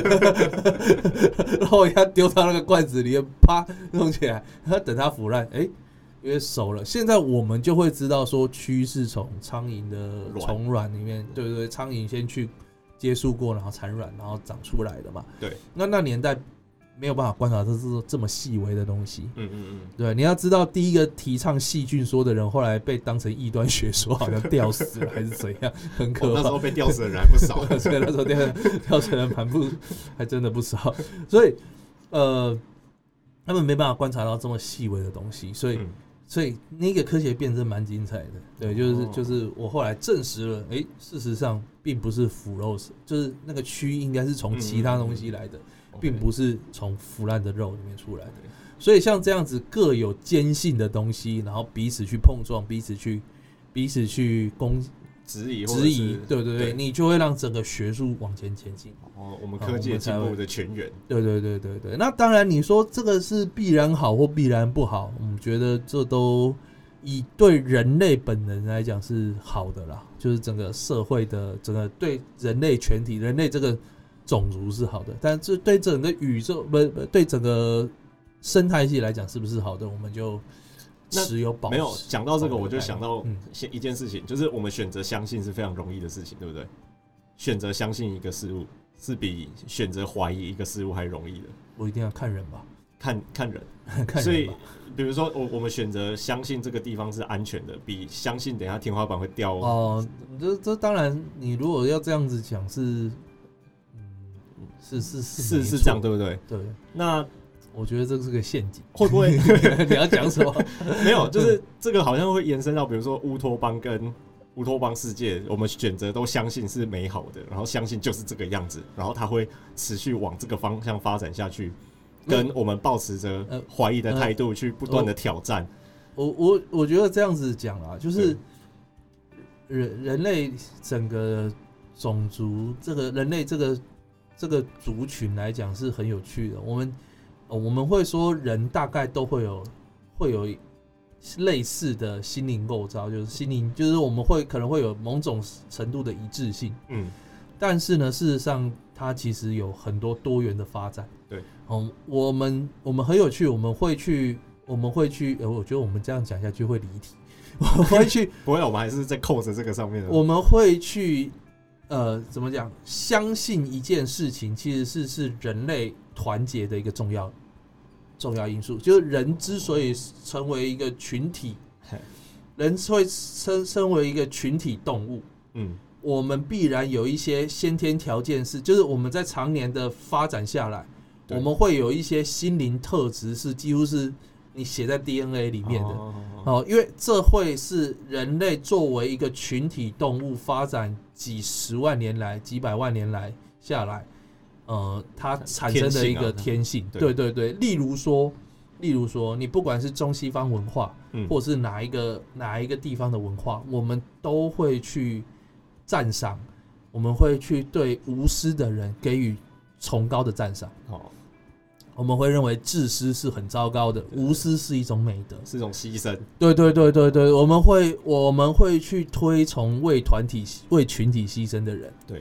然后我给他丢到那个罐子里面，啪弄起来，然后等它腐烂，哎，因为熟了。现在我们就会知道说，蛆是从苍蝇的虫卵里面，对对对，苍蝇先去接触过，然后产卵，然后长出来的嘛。 对， 那那年代没有办法观察这是这么细微的东西。 嗯嗯嗯， 对，你要知道，第一个提倡细菌说的人，后来被当成异端学说，好像吊死了还是怎样，很可怕。 哦、那时候被吊死的人还不少， 所以那时候吊吊死的人盘不还真的不少。所以呃，他们没办法观察到这么细微的东西，所以、嗯、所以那个科学辩证蛮精彩的。对，就是、哦、就是我后来证实了，哎、欸，事实上并不是腐肉，就是那个蛆应该是从其他东西来的。嗯并不是从腐烂的肉里面出来的，所以像这样子各有坚信的东西，然后彼此去碰撞，彼此去彼此去攻质疑质疑，对对 对, 对，你就会让整个学术往前前进。 哦，我们科技进步的泉源。 对对对对对，那当然你说这个是必然好或必然不好，我们觉得这都以对人类本能来讲是好的啦，就是整个社会的整个对人类全体人类这个。种族是好的，但这对整个宇宙不不对整个生态系来讲是不是好的，我们就持有保持。 没有讲到这个，我就想到一件事情，嗯、就是我们选择相信是非常容易的事情，对不对？选择相信一个事物是比选择怀疑一个事物还容易的。 我一定要看人吧， 看看人， 看人。 所以，比如说我我们选择相信这个地方是安全的，比相信等一下天花板会掉。 哦、呃，这这当然，你如果要这样子讲是。是是是是这样，对不对？ 对， 那我觉得这是个陷阱， 会不会？ 你要讲什么？ 没有，就是这个好像会延伸到，比如说乌托邦跟乌托邦世界，我们选择都相信是美好的，然后相信就是这个样子，然后它会持续往这个方向发展下去，跟我们抱持着怀疑的态度去不断的挑战。 我我我觉得这样子讲啦，就是人人类整个种族，这个人类这个。这个族群来讲是很有趣的，我们、呃、我们会说人大概都会有会有类似的心灵构造，就是心灵就是我们会可能会有某种程度的一致性，嗯，但是呢，事实上它其实有很多多元的发展， 对， 嗯，我们我们很有趣，我们会去我们会去，呃，我觉得我们这样讲下去会离题，我们会去， 不会，我们还是在扣着这个上面的， 我们会去。呃，怎么讲？相信一件事情，其实是是人类团结的一个重要重要因素。就是人之所以成为一个群体，人会称称为一个群体动物。嗯，我们必然有一些先天条件是，就是我们在常年的发展下来，我们会有一些心灵特质是几乎是你写在 D N A 里面的。哦, 哦，因为这会是人类作为一个群体动物发展几十万年来、几百万年来下来，呃，它产生的一个天性。天性对对对，例如说，例如说，你不管是中西方文化，嗯、或者是哪一个哪一个地方的文化，我们都会去赞赏，我们会去对无私的人给予崇高的赞赏。哦。我们会认为自私是很糟糕的，无私是一种美德， 是一种牺牲。 对对对对对，我们会我们会去推崇为团体为群体牺牲的人。 对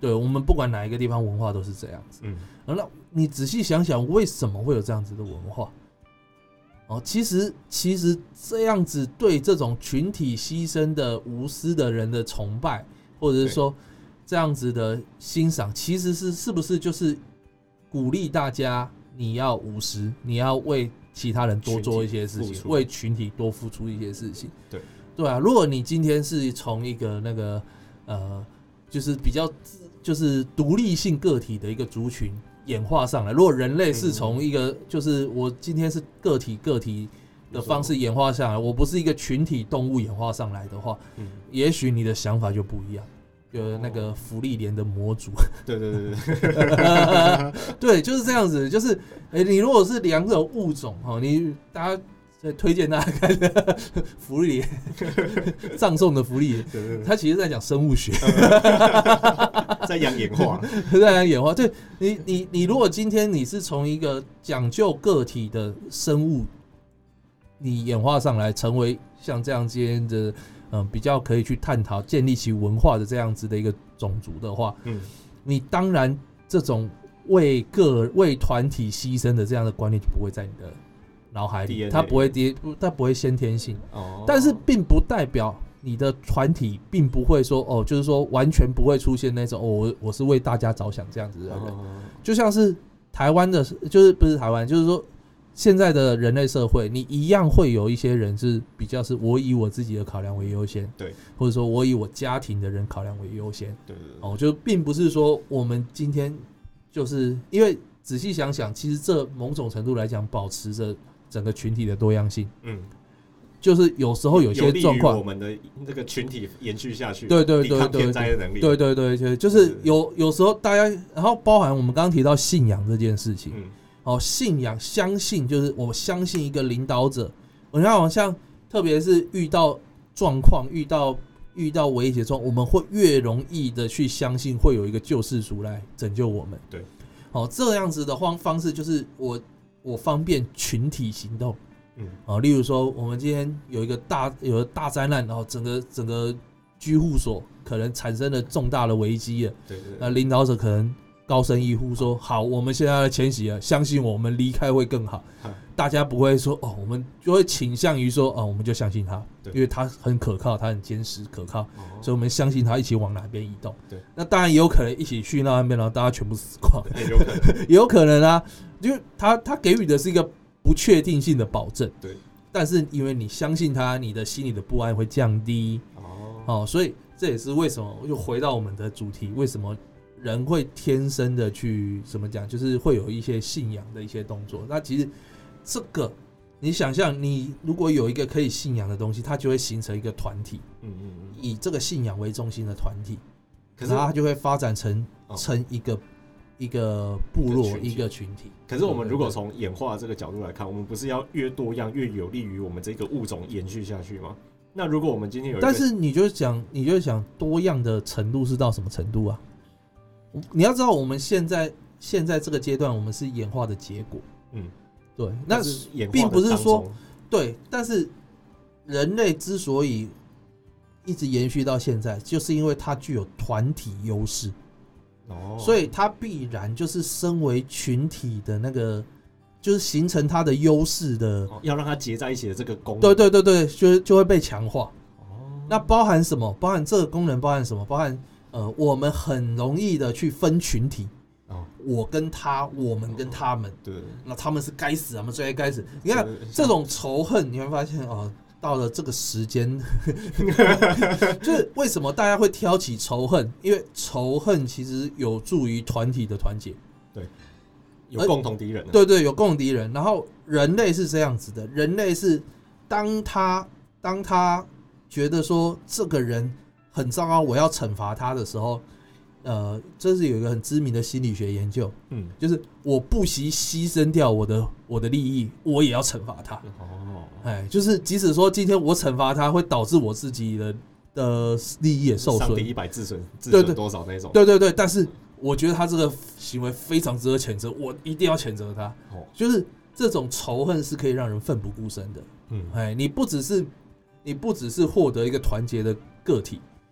对，我们不管哪一个地方文化都是这样子。嗯，那你仔细想想，为什么会有这样子的文化？哦，其实其实这样子对这种群体牺牲的无私的人的崇拜，或者是说这样子的欣赏，其实是是不是就是鼓励大家你要无私，你要为其他人多做一些事情，为群体多付出一些事情。 对对啊，如果你今天是从一个那个呃，就是比较就是独立性个体的一个族群演化上来，如果人类是从一个就是我今天是个体个体的方式演化上来，我不是一个群体动物演化上来的话，嗯，也许你的想法就不一样。有那个芙莉莲的魔族， 对对对对， 对，就是这样子。就是，哎、欸，你如果是两种物种哈，你大家推荐大家看的芙莉莲葬送的芙莉莲，他其实在讲生物学， 在讲演化， 在讲演化。对你，你你如果今天你是从一个讲究个体的生物，你演化上来成为像这样今天的。嗯，比较可以去探讨建立起文化的这样子的一个种族的话，嗯，你当然这种为个为团体牺牲的这样的观念就不会在你的脑海里， D N A 它不会跌，它不会先天性。哦，但是并不代表你的团体并不会说哦，就是说完全不会出现那种哦，我我是为大家着想这样子的人，哦，就像是台湾的，就是不是台湾，就是说。现在的人类社会，你一样会有一些人是比较是我以我自己的考量为优先， 对， 或者说我以我家庭的人考量为优先， 对对对， 哦，就并不是说我们今天就是因为仔细想想，其实这某种程度来讲，保持着整个群体的多样性，嗯，就是有时候有些状况， 我们的这个群体延续下去， 对对对对， 天灾的能力， 对对对对，就是有有时候大家，然后包含我们刚刚提到信仰这件事情，嗯。哦，信仰相信就是我相信一个领导者。我看好像特别是遇到状况、遇到遇到危险状，我们会越容易的去相信会有一个救世主来拯救我们。 对， 哦，这样子的方方式就是我我方便群体行动。嗯，哦，例如说我们今天有一个大有个大灾难，然后整个整个居户所可能产生了重大的危机了。 对 对, 對， 那领导者可能。高声一呼说：“好，我们现在要迁徙了，相信我们离开会更好。”大家不会说哦，我们就会倾向于说哦，我们就相信他，因为他很可靠，他很坚实可靠，哦，所以我们相信他一起往哪边移动。对，那当然也有可能一起去那边，然后大家全部死光， 也有可能， 也有可能啊，因为他他给予的是一个不确定性的保证。 对， 但是因为你相信他，你的心里的不安会降低。哦，哦，所以这也是为什么又回到我们的主题，为什么？人会天生的去怎么讲，就是会有一些信仰的一些动作。那其实这个，你想象，你如果有一个可以信仰的东西，它就会形成一个团体，嗯嗯嗯，以这个信仰为中心的团体，可是它就会发展成成一个、哦、一个部落，一个群体。 可是我们如果从演化这个角度来看，我们不是要越多样越有利于我们这个物种延续下去吗？那如果我们今天有一个， 但是你就讲，你就想多样的程度是到什么程度啊？你要知道，我们现在现在这个阶段，我们是演化的结果。嗯，对，那并不是说对，但是人类之所以一直延续到现在，就是因为它具有团体优势。哦，所以它必然就是身为群体的那个，就是形成它的优势的， 哦，要让它结在一起的这个功能。 对对对对，就就会被强化。哦，那包含什么？包含这个功能，包含什么？包含。呃，我们很容易的去分群体，哦，我跟他，我们跟他们， 对， 那他们是该死，我们最该死。你看这种仇恨，你会发现哦，到了这个时间，就是为什么大家会挑起仇恨？因为仇恨其实有助于团体的团结， 对，有共同敌人， 对对，有共同敌人。然后人类是这样子的，人类是当他当他觉得说这个人。很糟糕，我要惩罚他的时候，呃，这是有一个很知名的心理学研究，嗯，就是我不惜牺牲掉我的我的利益，我也要惩罚他。哦，哎，就是即使说今天我惩罚他，会导致我自己的的利益也受损， 伤敌一百自损自损多少那种。 对对对，但是我觉得他这个行为非常值得谴责，我一定要谴责他。哦，就是这种仇恨是可以让人奋不顾身的。嗯，哎，你不只是你不只是获得一个团结的个体。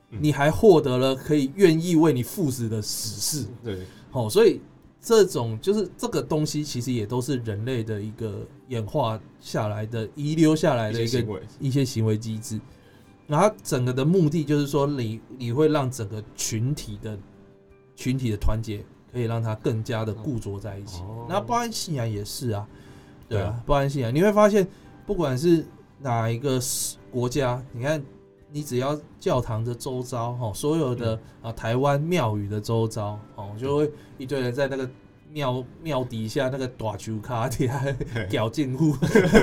你还获得了可以愿意为你赴死的死士。 对， 哦，所以这种就是这个东西，其实也都是人类的一个演化下来的、遗留下来的一个一些行为机制。然后整个的目的就是说你，你会让整个群体的群体的团结，可以让它更加的固着在一起。 哦、 那包含信仰也是啊，对啊，包含信仰，你会发现，不管是哪一个国家，你看。你只要教堂的周遭，哦，所有的、嗯、啊台湾庙宇的周遭，哦，就会一堆人在那个庙庙底下那个大球卡底下屌进户，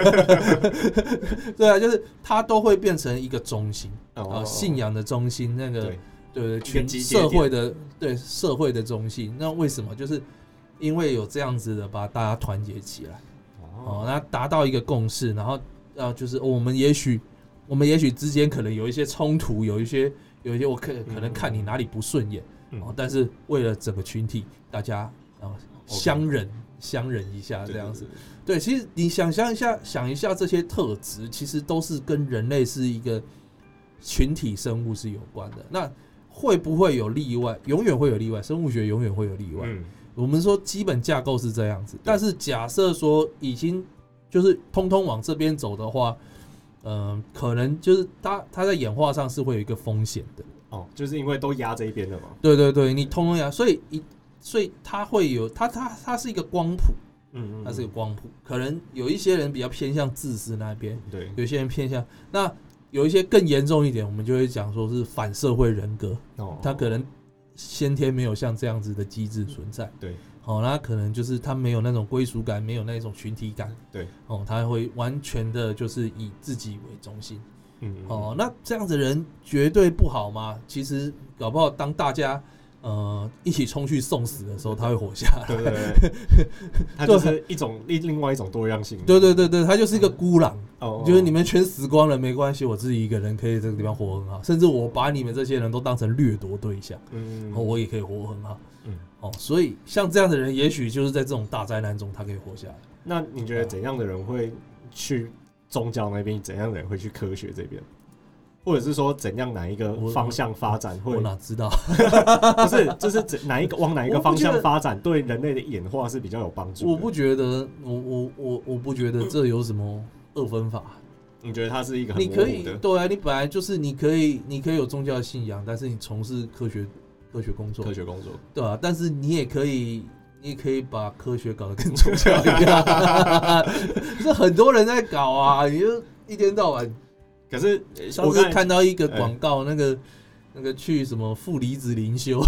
对啊，就是它都会变成一个中心，哦、啊，信仰的中心，那个对对全社会的对社会的中心。那为什么？就是因为有这样子的把大家团结起来，哦，那达到一个共识，然后呃，就是、哦、我们也许。我们也许之间可能有一些冲突，有一些有一些我可可能看你哪里不顺眼，嗯哦、但是为了整个群体，大家、呃、相忍、okay. 相忍一下这样子。对, 对, 对, 对，其实你想象一下，想一下这些特质，其实都是跟人类是一个群体生物是有关的。那会不会有例外？永远会有例外，生物学永远会有例外。嗯、我们说基本架构是这样子，但是假设说已经就是通通往这边走的话。嗯，可能就是它，它在演化上是会有一个风险的哦，就是因为都压这一边的嘛。 对对对，你通通压，所以一，所以它会有它它它是一个光谱，嗯嗯，它是一个光谱。可能有一些人比较偏向自私那边，对，有些人偏向那有一些更严重一点，我们就会讲说是反社会人格，哦，他可能先天没有像这样子的机制存在，对。哦，那可能就是他没有那种归属感，没有那种群体感，对，哦，他会完全的就是以自己为中心，嗯, 嗯，哦，那这样子的人绝对不好吗？其实搞不好当大家呃一起冲去送死的时候，他会活下来，对对对， 他就是一种另外一种多样性， 对对对对，他就是一个孤狼，哦，就是你们全死光了没关系，我自己一个人可以在这个地方活很好，甚至我把你们这些人都当成掠夺对象，嗯, 嗯，哦，我也可以活很好。嗯，哦，所以像这样的人，也许就是在这种大灾难中，他可以活下来。 那你觉得怎样的人会去宗教那边？怎样的人会去科学这边？或者是说怎样哪一个方向发展会？ 我, 我哪知道？ 不是，就是哪一个往哪一个方向发展，对人类的演化是比较有帮助的。 我不觉得，我我我我不觉得这有什么二分法。 你觉得它是一个很模糊的？你可以，对啊，你本来就是你可以，你可以有宗教信仰，但是你从事科学。科学工作， 科学工作， 对啊，但是你也可以，你也可以把科学搞得跟宗教一样，是很多人在搞啊，你就一天到晚。 可是上次看到一个广告，那个那个去什么负离子灵修，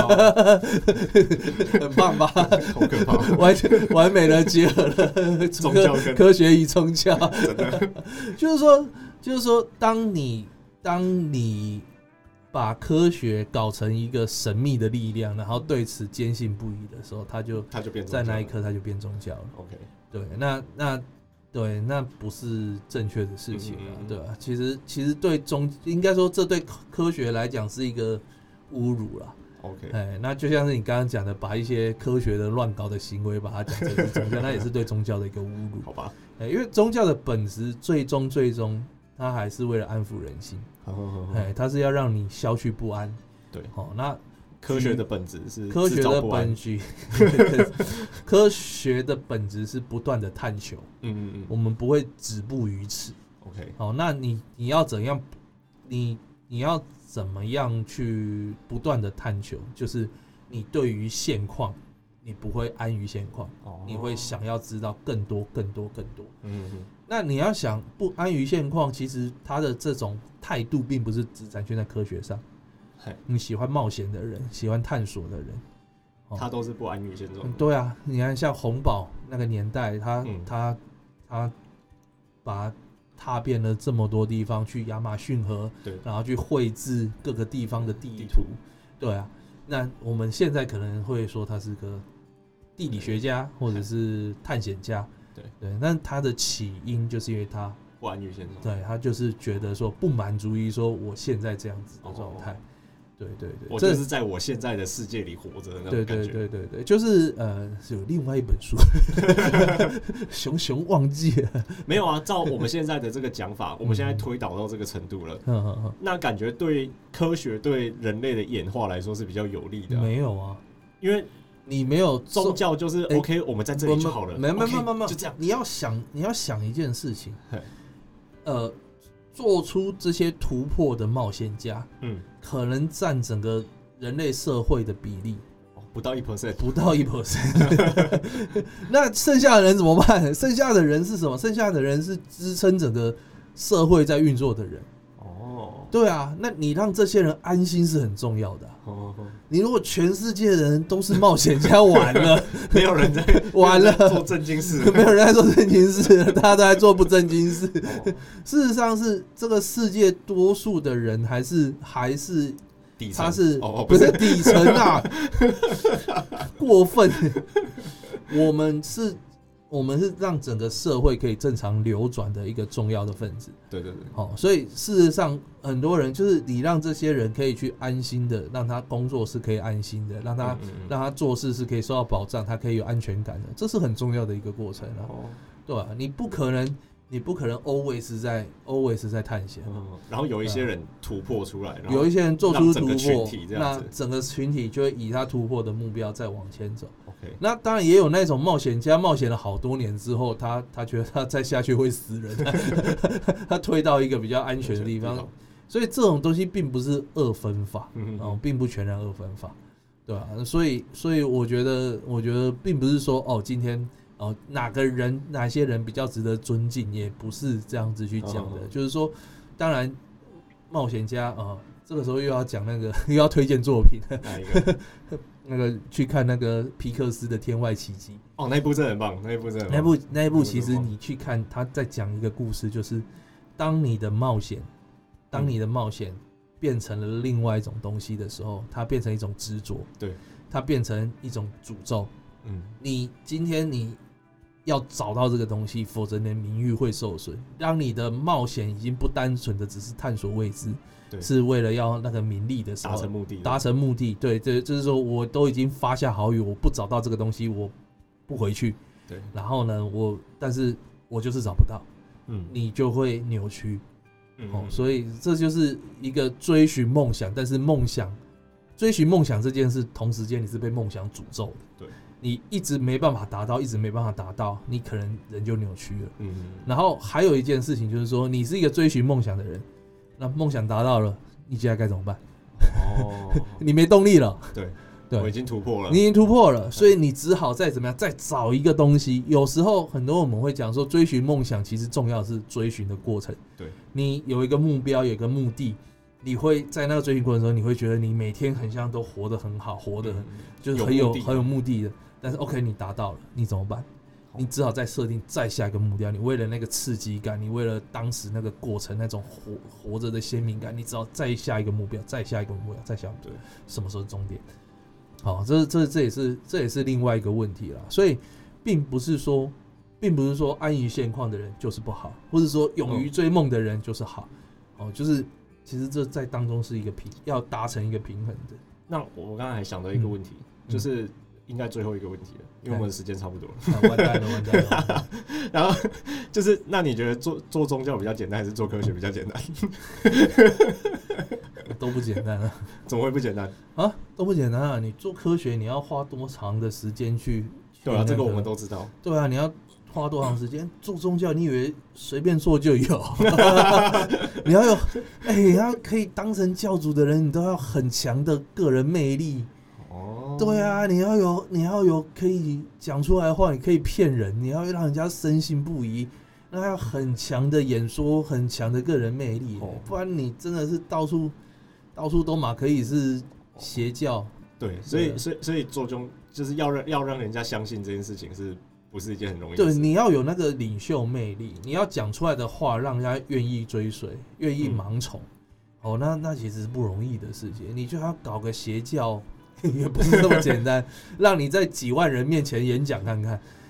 很棒吧？ 好可怕， 完全完美的结合了宗教跟科学与宗教，真的，就是说，就是说，当你当你。把科学搞成一个神秘的力量，然后对此坚信不疑的时候，他就他就变在那一刻他就变宗教了。 OK， 对，那那对，那不是正确的事情啊，嗯嗯嗯对吧？其实其实对宗应该说这对科学来讲是一个侮辱啦。 OK， 哎，那就像是你刚刚讲的，把一些科学的乱搞的行为，把它讲成是宗教，那也是对宗教的一个侮辱， 好吧？ 哎，因为宗教的本质最终最终。它还是为了安抚人心，哎，它是要让你消去不安。 对， 好，那科学的本质是科学的本质，科学的本质是不断的探求。嗯嗯嗯，我们不会止步于此。 OK， 好，那你你要怎样？你你要怎么样去不断的探求？就是你对于现况。你不会安于现况，哦，你会想要知道更多、更多、更多。嗯哼，那你要想不安于现况，其实他的这种态度并不是只展现在科学上。你喜欢冒险的人，喜欢探索的人， 哦，他都是不安于现状，嗯。 对啊，你看像洪堡那个年代，他、嗯、他他把踏遍了这么多地方，去亚马逊河，然后去绘制各个地方的地图。地图对啊，那我们现在可能会说他是个地理学家或者是探险家，对对，但他的起因就是因为他不安于现状， 对他就是觉得说不满足于说我现在这样子的状态，哦， 对对对， 我就是在我现在的世界里活着的那种感觉。 对对对对对，就是呃，有另外一本书，熊熊忘记了。 没有啊，照我们现在的这个讲法，我们现在推导到这个程度了， 嗯、 那感觉对科学对人类的演化来说是比较有利的、啊。 没有啊， 因为你没有宗教就是 OK，、欸、我们在这里就好了。 没有没有没有没有， 就这样。 你要想你要想一件事情，呃。做出这些突破的冒险家，嗯，可能占整个人类社会的比例、 哦、不到一 percent， 不到一 percent。那剩下的人怎么办？剩下的人是什么？剩下的人是支撑整个社会在运作的人。哦，对啊，那你让这些人安心是很重要的、啊。哦，你如果全世界的人都是冒险家，完了， 没有人在完了做正经事， 没有人在做正经事，大家都在做不正经事。哦、事实上是这个世界多数的人还是还是底层， 他是、 哦、 不是底层啊？过分，我们是。我们是让整个社会可以正常流转的一个重要的分子。 对对对。 好，所以事实上，很多人就是你让这些人可以去安心的，让他工作是可以安心的，让他嗯嗯嗯让他做事是可以受到保障，他可以有安全感的，这是很重要的一个过程啊。哦，对吧、啊？你不可能，你不可能 always 在 always 在探险、嗯。 然后有一些人突破出来，然后有一些人做出突破， 整那整个群体就会以他突破的目标再往前走。 Okay. 那当然也有那种冒险家，冒险了好多年之后，他他觉得他再下去会死人，他退到一个比较安全的地方，所以这种东西并不是二分法，嗯哦、并不全然二分法，对吧、啊？所以所以我觉得，我觉得并不是说哦，今天哦哪个人哪些人比较值得尊敬，也不是这样子去讲的，哦、就是说，当然冒险家啊、哦，这个时候又要讲那个又要推荐作品， 哪一个？ 那个去看那个皮克斯的《天外奇迹》 哦，那一部真的很棒，那一部真的很棒。 那一部那一部其实你去看，他在讲一个故事，就是当你的冒险，当你的冒险变成了另外一种东西的时候，它变成一种执着， 对， 它变成一种诅咒。嗯，你今天你要找到这个东西，否则你的名誉会受损。当你的冒险已经不单纯的只是探索未知。是为了要那个名利的时候达成目的， 达成目的，对，这就是说我都已经发下豪语，我不找到这个东西，我不回去， 对， 然后呢，我但是我就是找不到，嗯，你就会扭曲，嗯，哦，所以这就是一个追寻梦想，但是梦想追寻梦想这件事，同时间你是被梦想诅咒的， 对， 你一直没办法达到，一直没办法达到，你可能人就扭曲了，嗯，然后还有一件事情就是说，你是一个追寻梦想的人。那梦想达到了，你接下来该怎么办？哦，你没动力了。 对， 对， 我已经突破了， 你已经突破了，所以你只好再怎么样，再找一个东西。有时候很多我们会讲说，追寻梦想其实重要的是追寻的过程。 对， 你有一个目标，有一个目的，你会在那个追寻过程中，你会觉得你每天很像都活得很好，活得很、嗯、就是很有, 有很有目的的。但是 OK， 你达到了，你怎么办？你只好再设定再下一个目标，你为了那个刺激感，你为了当时那个过程那种活活着的鲜明感，你只好再下一个目标，再下一个目标，再下一个目标，什么时候是终点？好，这这这也是这也是另外一个问题啦。所以，并不是说，并不是说安于现况的人就是不好，或者说勇于追梦的人就是好。哦，就是其实这在当中是一个平要达成一个平衡的。 那我刚才还想到一个问题，嗯、就是。应该最后一个问题了，因为我们的时间差不多了。 啊、完蛋了，完蛋了！完蛋了然后就是，那你觉得做做宗教比较简单，还是做科学比较简单？ 都不简单啊！ 怎么会不简单啊？都不简单啊！你做科学，你要花多长的时间去？ 对啊，这个我们都知道。 对啊，你要花多长时间？做宗教，你以为随便做就有？你要有，哎、欸，要可以当成教主的人，你都要很强的个人魅力。对啊，你要有你要有可以讲出来的话，你可以骗人，你要让人家深信不疑，那要很强的演说，很强的个人魅力，哦、不然你真的是到处到处都嘛可以是邪教。哦、 对，所以所以所以做中就是要让要让人家相信这件事情是不是一件很容易的事？ 对，你要有那个领袖魅力，你要讲出来的话让人家愿意追随，愿意盲从。嗯、哦，那那其实是不容易的事情，你就要搞个邪教。也不是这么简单，让你在几万人面前演讲看看，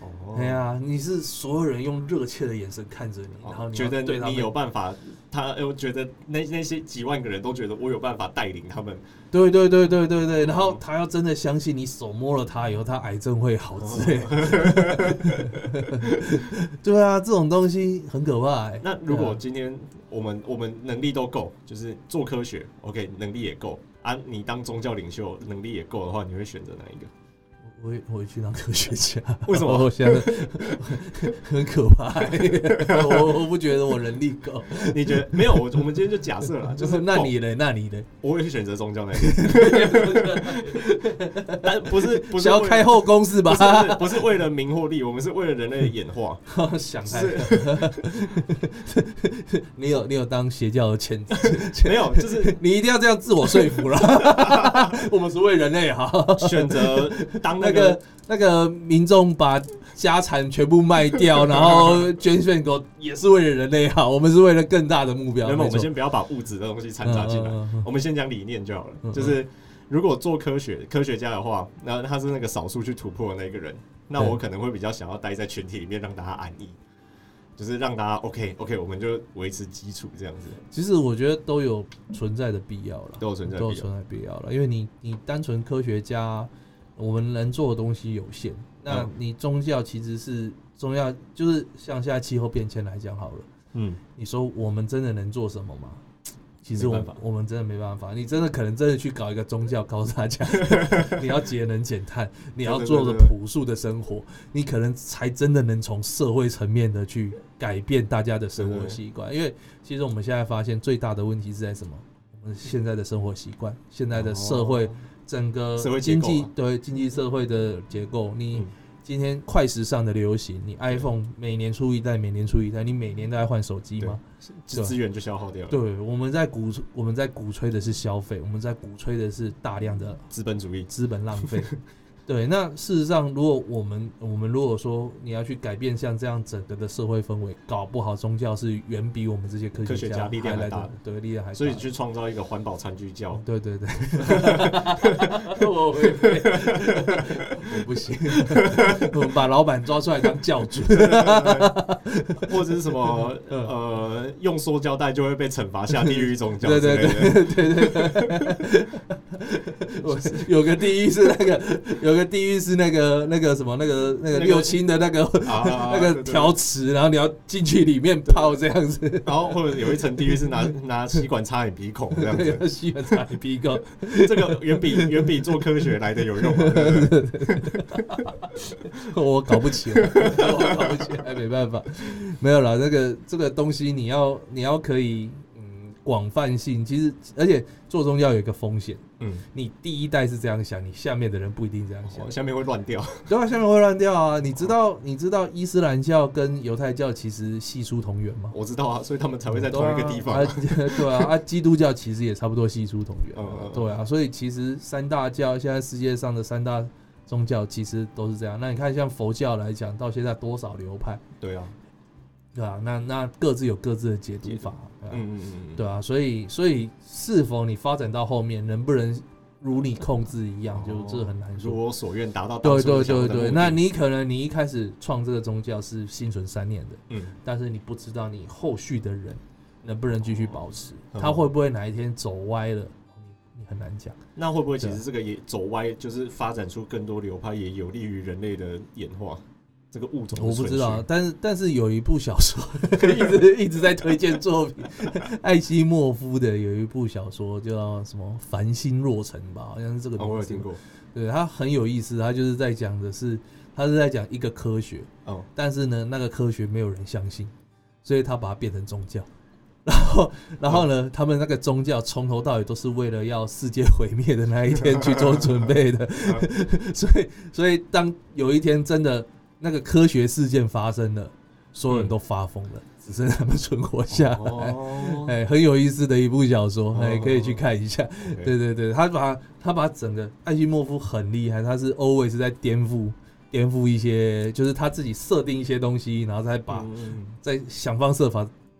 哎呀，你是所有人用热切的眼神看着你，然后你觉得对他们你有办法，他又觉得那那些几万个人都觉得我有办法带领他们。 对对对对对对，然后他要真的相信你手摸了他以后，他癌症会好之类的。对啊，这种东西很可怕、欸。 那如果今天我们我们能力都够，就是做科学 ，OK， 能力也够啊，你当宗教领袖能力也够的话，你会选择哪一个？ 我会我会去当科学家， 为什么？ 我现在很可怕、欸，我我不觉得我能力够。 你觉得没有？我我们今天就假设了，就是那你呢？那你呢？ 我会选择宗教那个，但不是不是想要开后宫是吧？ 不是不是为了名或利，我们是为了人类的演化。 想太多。你有你有当邪教的潜质？ 没有，就是你一定要这样自我说服了。我们是为人类好， 选择当那那个那个民众把家产全部卖掉，然后捐献给也是为了人类好，我们是为了更大的目标。 那么我们先不要把物质的东西掺杂进来，嗯嗯嗯我们先讲理念就好了。嗯嗯就是如果做科学科学家的话，那他是那个少数去突破的那个人，那我可能会比较想要待在群体里面，让大家安逸。就是让大家 OK OK， 我们就维持基础这样子。 其实我觉得都有存在的必要了， 都有存在都有存在必要了，因为你你单纯科学家，我们能做的东西有限。那你宗教其实是宗教，就是像现在气候变迁来讲好了，嗯，你说我们真的能做什么吗？其实我们我们真的没办法，你真的可能真的去搞一个宗教，告诉大家你要节能减碳，你要做的朴素的生活，你可能才真的能从社会层面的去改变大家的生活习惯。因为其实我们现在发现最大的问题是在什么？我们现在的生活习惯，现在的社会整个经济对经济社会的结构，你。嗯今天快时尚的流行，你 iPhone 每年出一代，每年出一代，你每年都在换手机吗？ 资源就消耗掉了。 对，我们在鼓我们在鼓吹的是消费，我们在鼓吹的是大量的资本主义、 资本浪费。对，那事实上，如果我们我们如果说你要去改变像这样整个的社会氛围，搞不好宗教是远比我们这些科学家力量还大的， 对，力量还大。 所以去创造一个环保餐具教。 对对对，我会被，我不行，我们把老板抓出来当教主， 或者是什么呃，用塑胶袋就会被惩罚下地狱宗教。 对对对对对对。有个地狱是那个有。有个地狱是那个那个什么那个那个六亲的那个、啊、那个条池，然后你要进去里面泡这样子， 然后或者有一层地狱是拿拿吸管插你鼻孔这样子， 吸管插你鼻孔， 这个远比远比做科学来的有用嘛？对对对我搞不起来，我搞不起来，没办法，没有啦，那个这个东西你要你要可以。广泛性其实，而且做宗教有一个风险，嗯，你第一代是这样想，你下面的人不一定这样想， 哦、下面会乱掉， 对啊，下面会乱掉啊！你知道，你知道伊斯兰教跟犹太教其实系出同源吗？ 我知道啊，所以他们才会在同一个地方。 啊对啊，啊，基督教其实也差不多系出同源，嗯、对啊，所以其实三大教现在世界上的三大宗教其实都是这样。那你看，像佛教来讲，到现在多少流派？ 对啊。 对啊，那那各自有各自的解读法，对啊，嗯嗯嗯对啊，所以所以是否你发展到后面能不能如你控制一样，就这很难说。 如我所愿达到。 对对对对，那你可能你一开始创这个宗教是心存善念的，嗯，但是你不知道你后续的人能不能继续保持，他会不会哪一天走歪了，你很难讲。 那会不会其实这个也走歪，就是发展出更多流派，也有利于人类的演化？这个物种我不知道，但是但是有一部小说一直一直在推荐作品，艾希莫夫的有一部小说叫什么《繁星若尘》吧，好像是这个名字。 哦，我有听过。 对，它很有意思，它就是在讲的是，它是在讲一个科学，哦，但是呢，那个科学没有人相信，所以他把它变成宗教。然后，然后呢？哦、他们那个宗教从头到尾都是为了要世界毁灭的那一天去做准备的，所以，所以当有一天真的。那个科学事件发生了，所有人都发疯了，嗯、只剩他们存活下来。哦、哎，很有意思的一部小说，哦、哎，可以去看一下。哦、对对对，他把他把整个艾希莫夫很厉害，他是 always 在颠覆颠覆一些，就是他自己设定一些东西，然后再把、嗯、再想方设法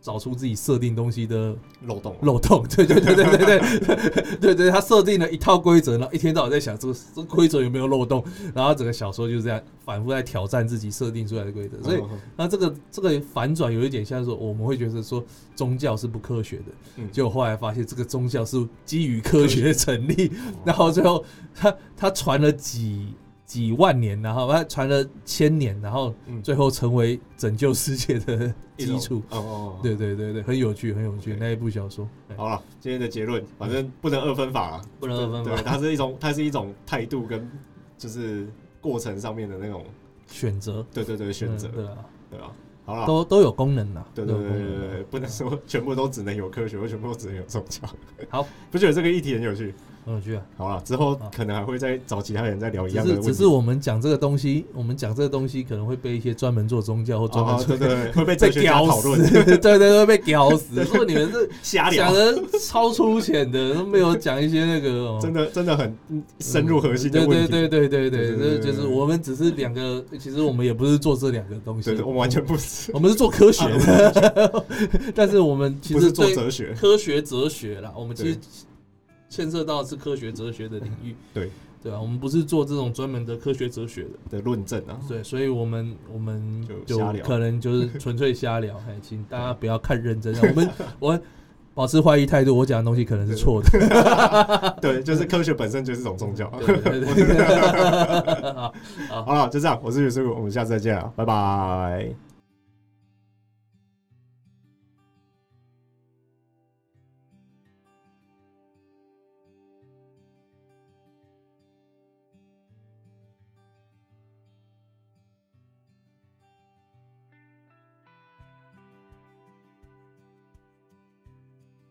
找出自己设定东西的漏洞， 漏洞，对对对对对对对对，他设定了一套规则，然后一天到晚在想这个这个规则有没有漏洞，然后整个小说就是这样反复在挑战自己设定出来的规则，所以那这个这个反转有一点像说我们会觉得说宗教是不科学的，嗯，结果后来发现这个宗教是基于科学成立，然后最后他他传了几。几万年，然后他传了千年，然后最后成为拯救世界的基础。哦哦，对对对对，很有趣，很有趣。那一部小说。 好了，今天的结论，反正不能二分法啊， 不能二分法。 对，它是一种，它是一种态度跟就是过程上面的那种选择。 对对对，选择。 对啊， 对啊。好了， 都都有功能啦。 对对对对对，不能说全部都只能有科学，或全部都只能有宗教。 好， 不觉得这个议题很有趣？ 很有趣啊！ 好了，之后可能还会再找其他人再聊一样的问题。 只是我们讲这个东西，我们讲这个东西可能会被一些专门做宗教或专门对对对，会被哲学家讨论， 对对对，会被屌死。说你们是瞎聊， 讲的超粗浅的，都没有讲一些那个真的真的很深入核心的问题。 对对对对对对，就是我们只是两个，其实我们也不是做这两个东西， 我们完全不是， 我们是做科学的，但是我们其实做哲学， 科学哲学啦，我们其实。牵涉到的是科学哲学的领域， 对对啊，我们不是做这种专门的科学哲学的的论证啊， 对，所以我们我们就可能就是纯粹瞎聊，哎，请大家不要看认真，我们我们保持怀疑态度，我讲的东西可能是错的，对，就是科学本身就是一种宗教，对对对，好，好了，就这样，我是袁师傅，我们下次再见啊，拜拜。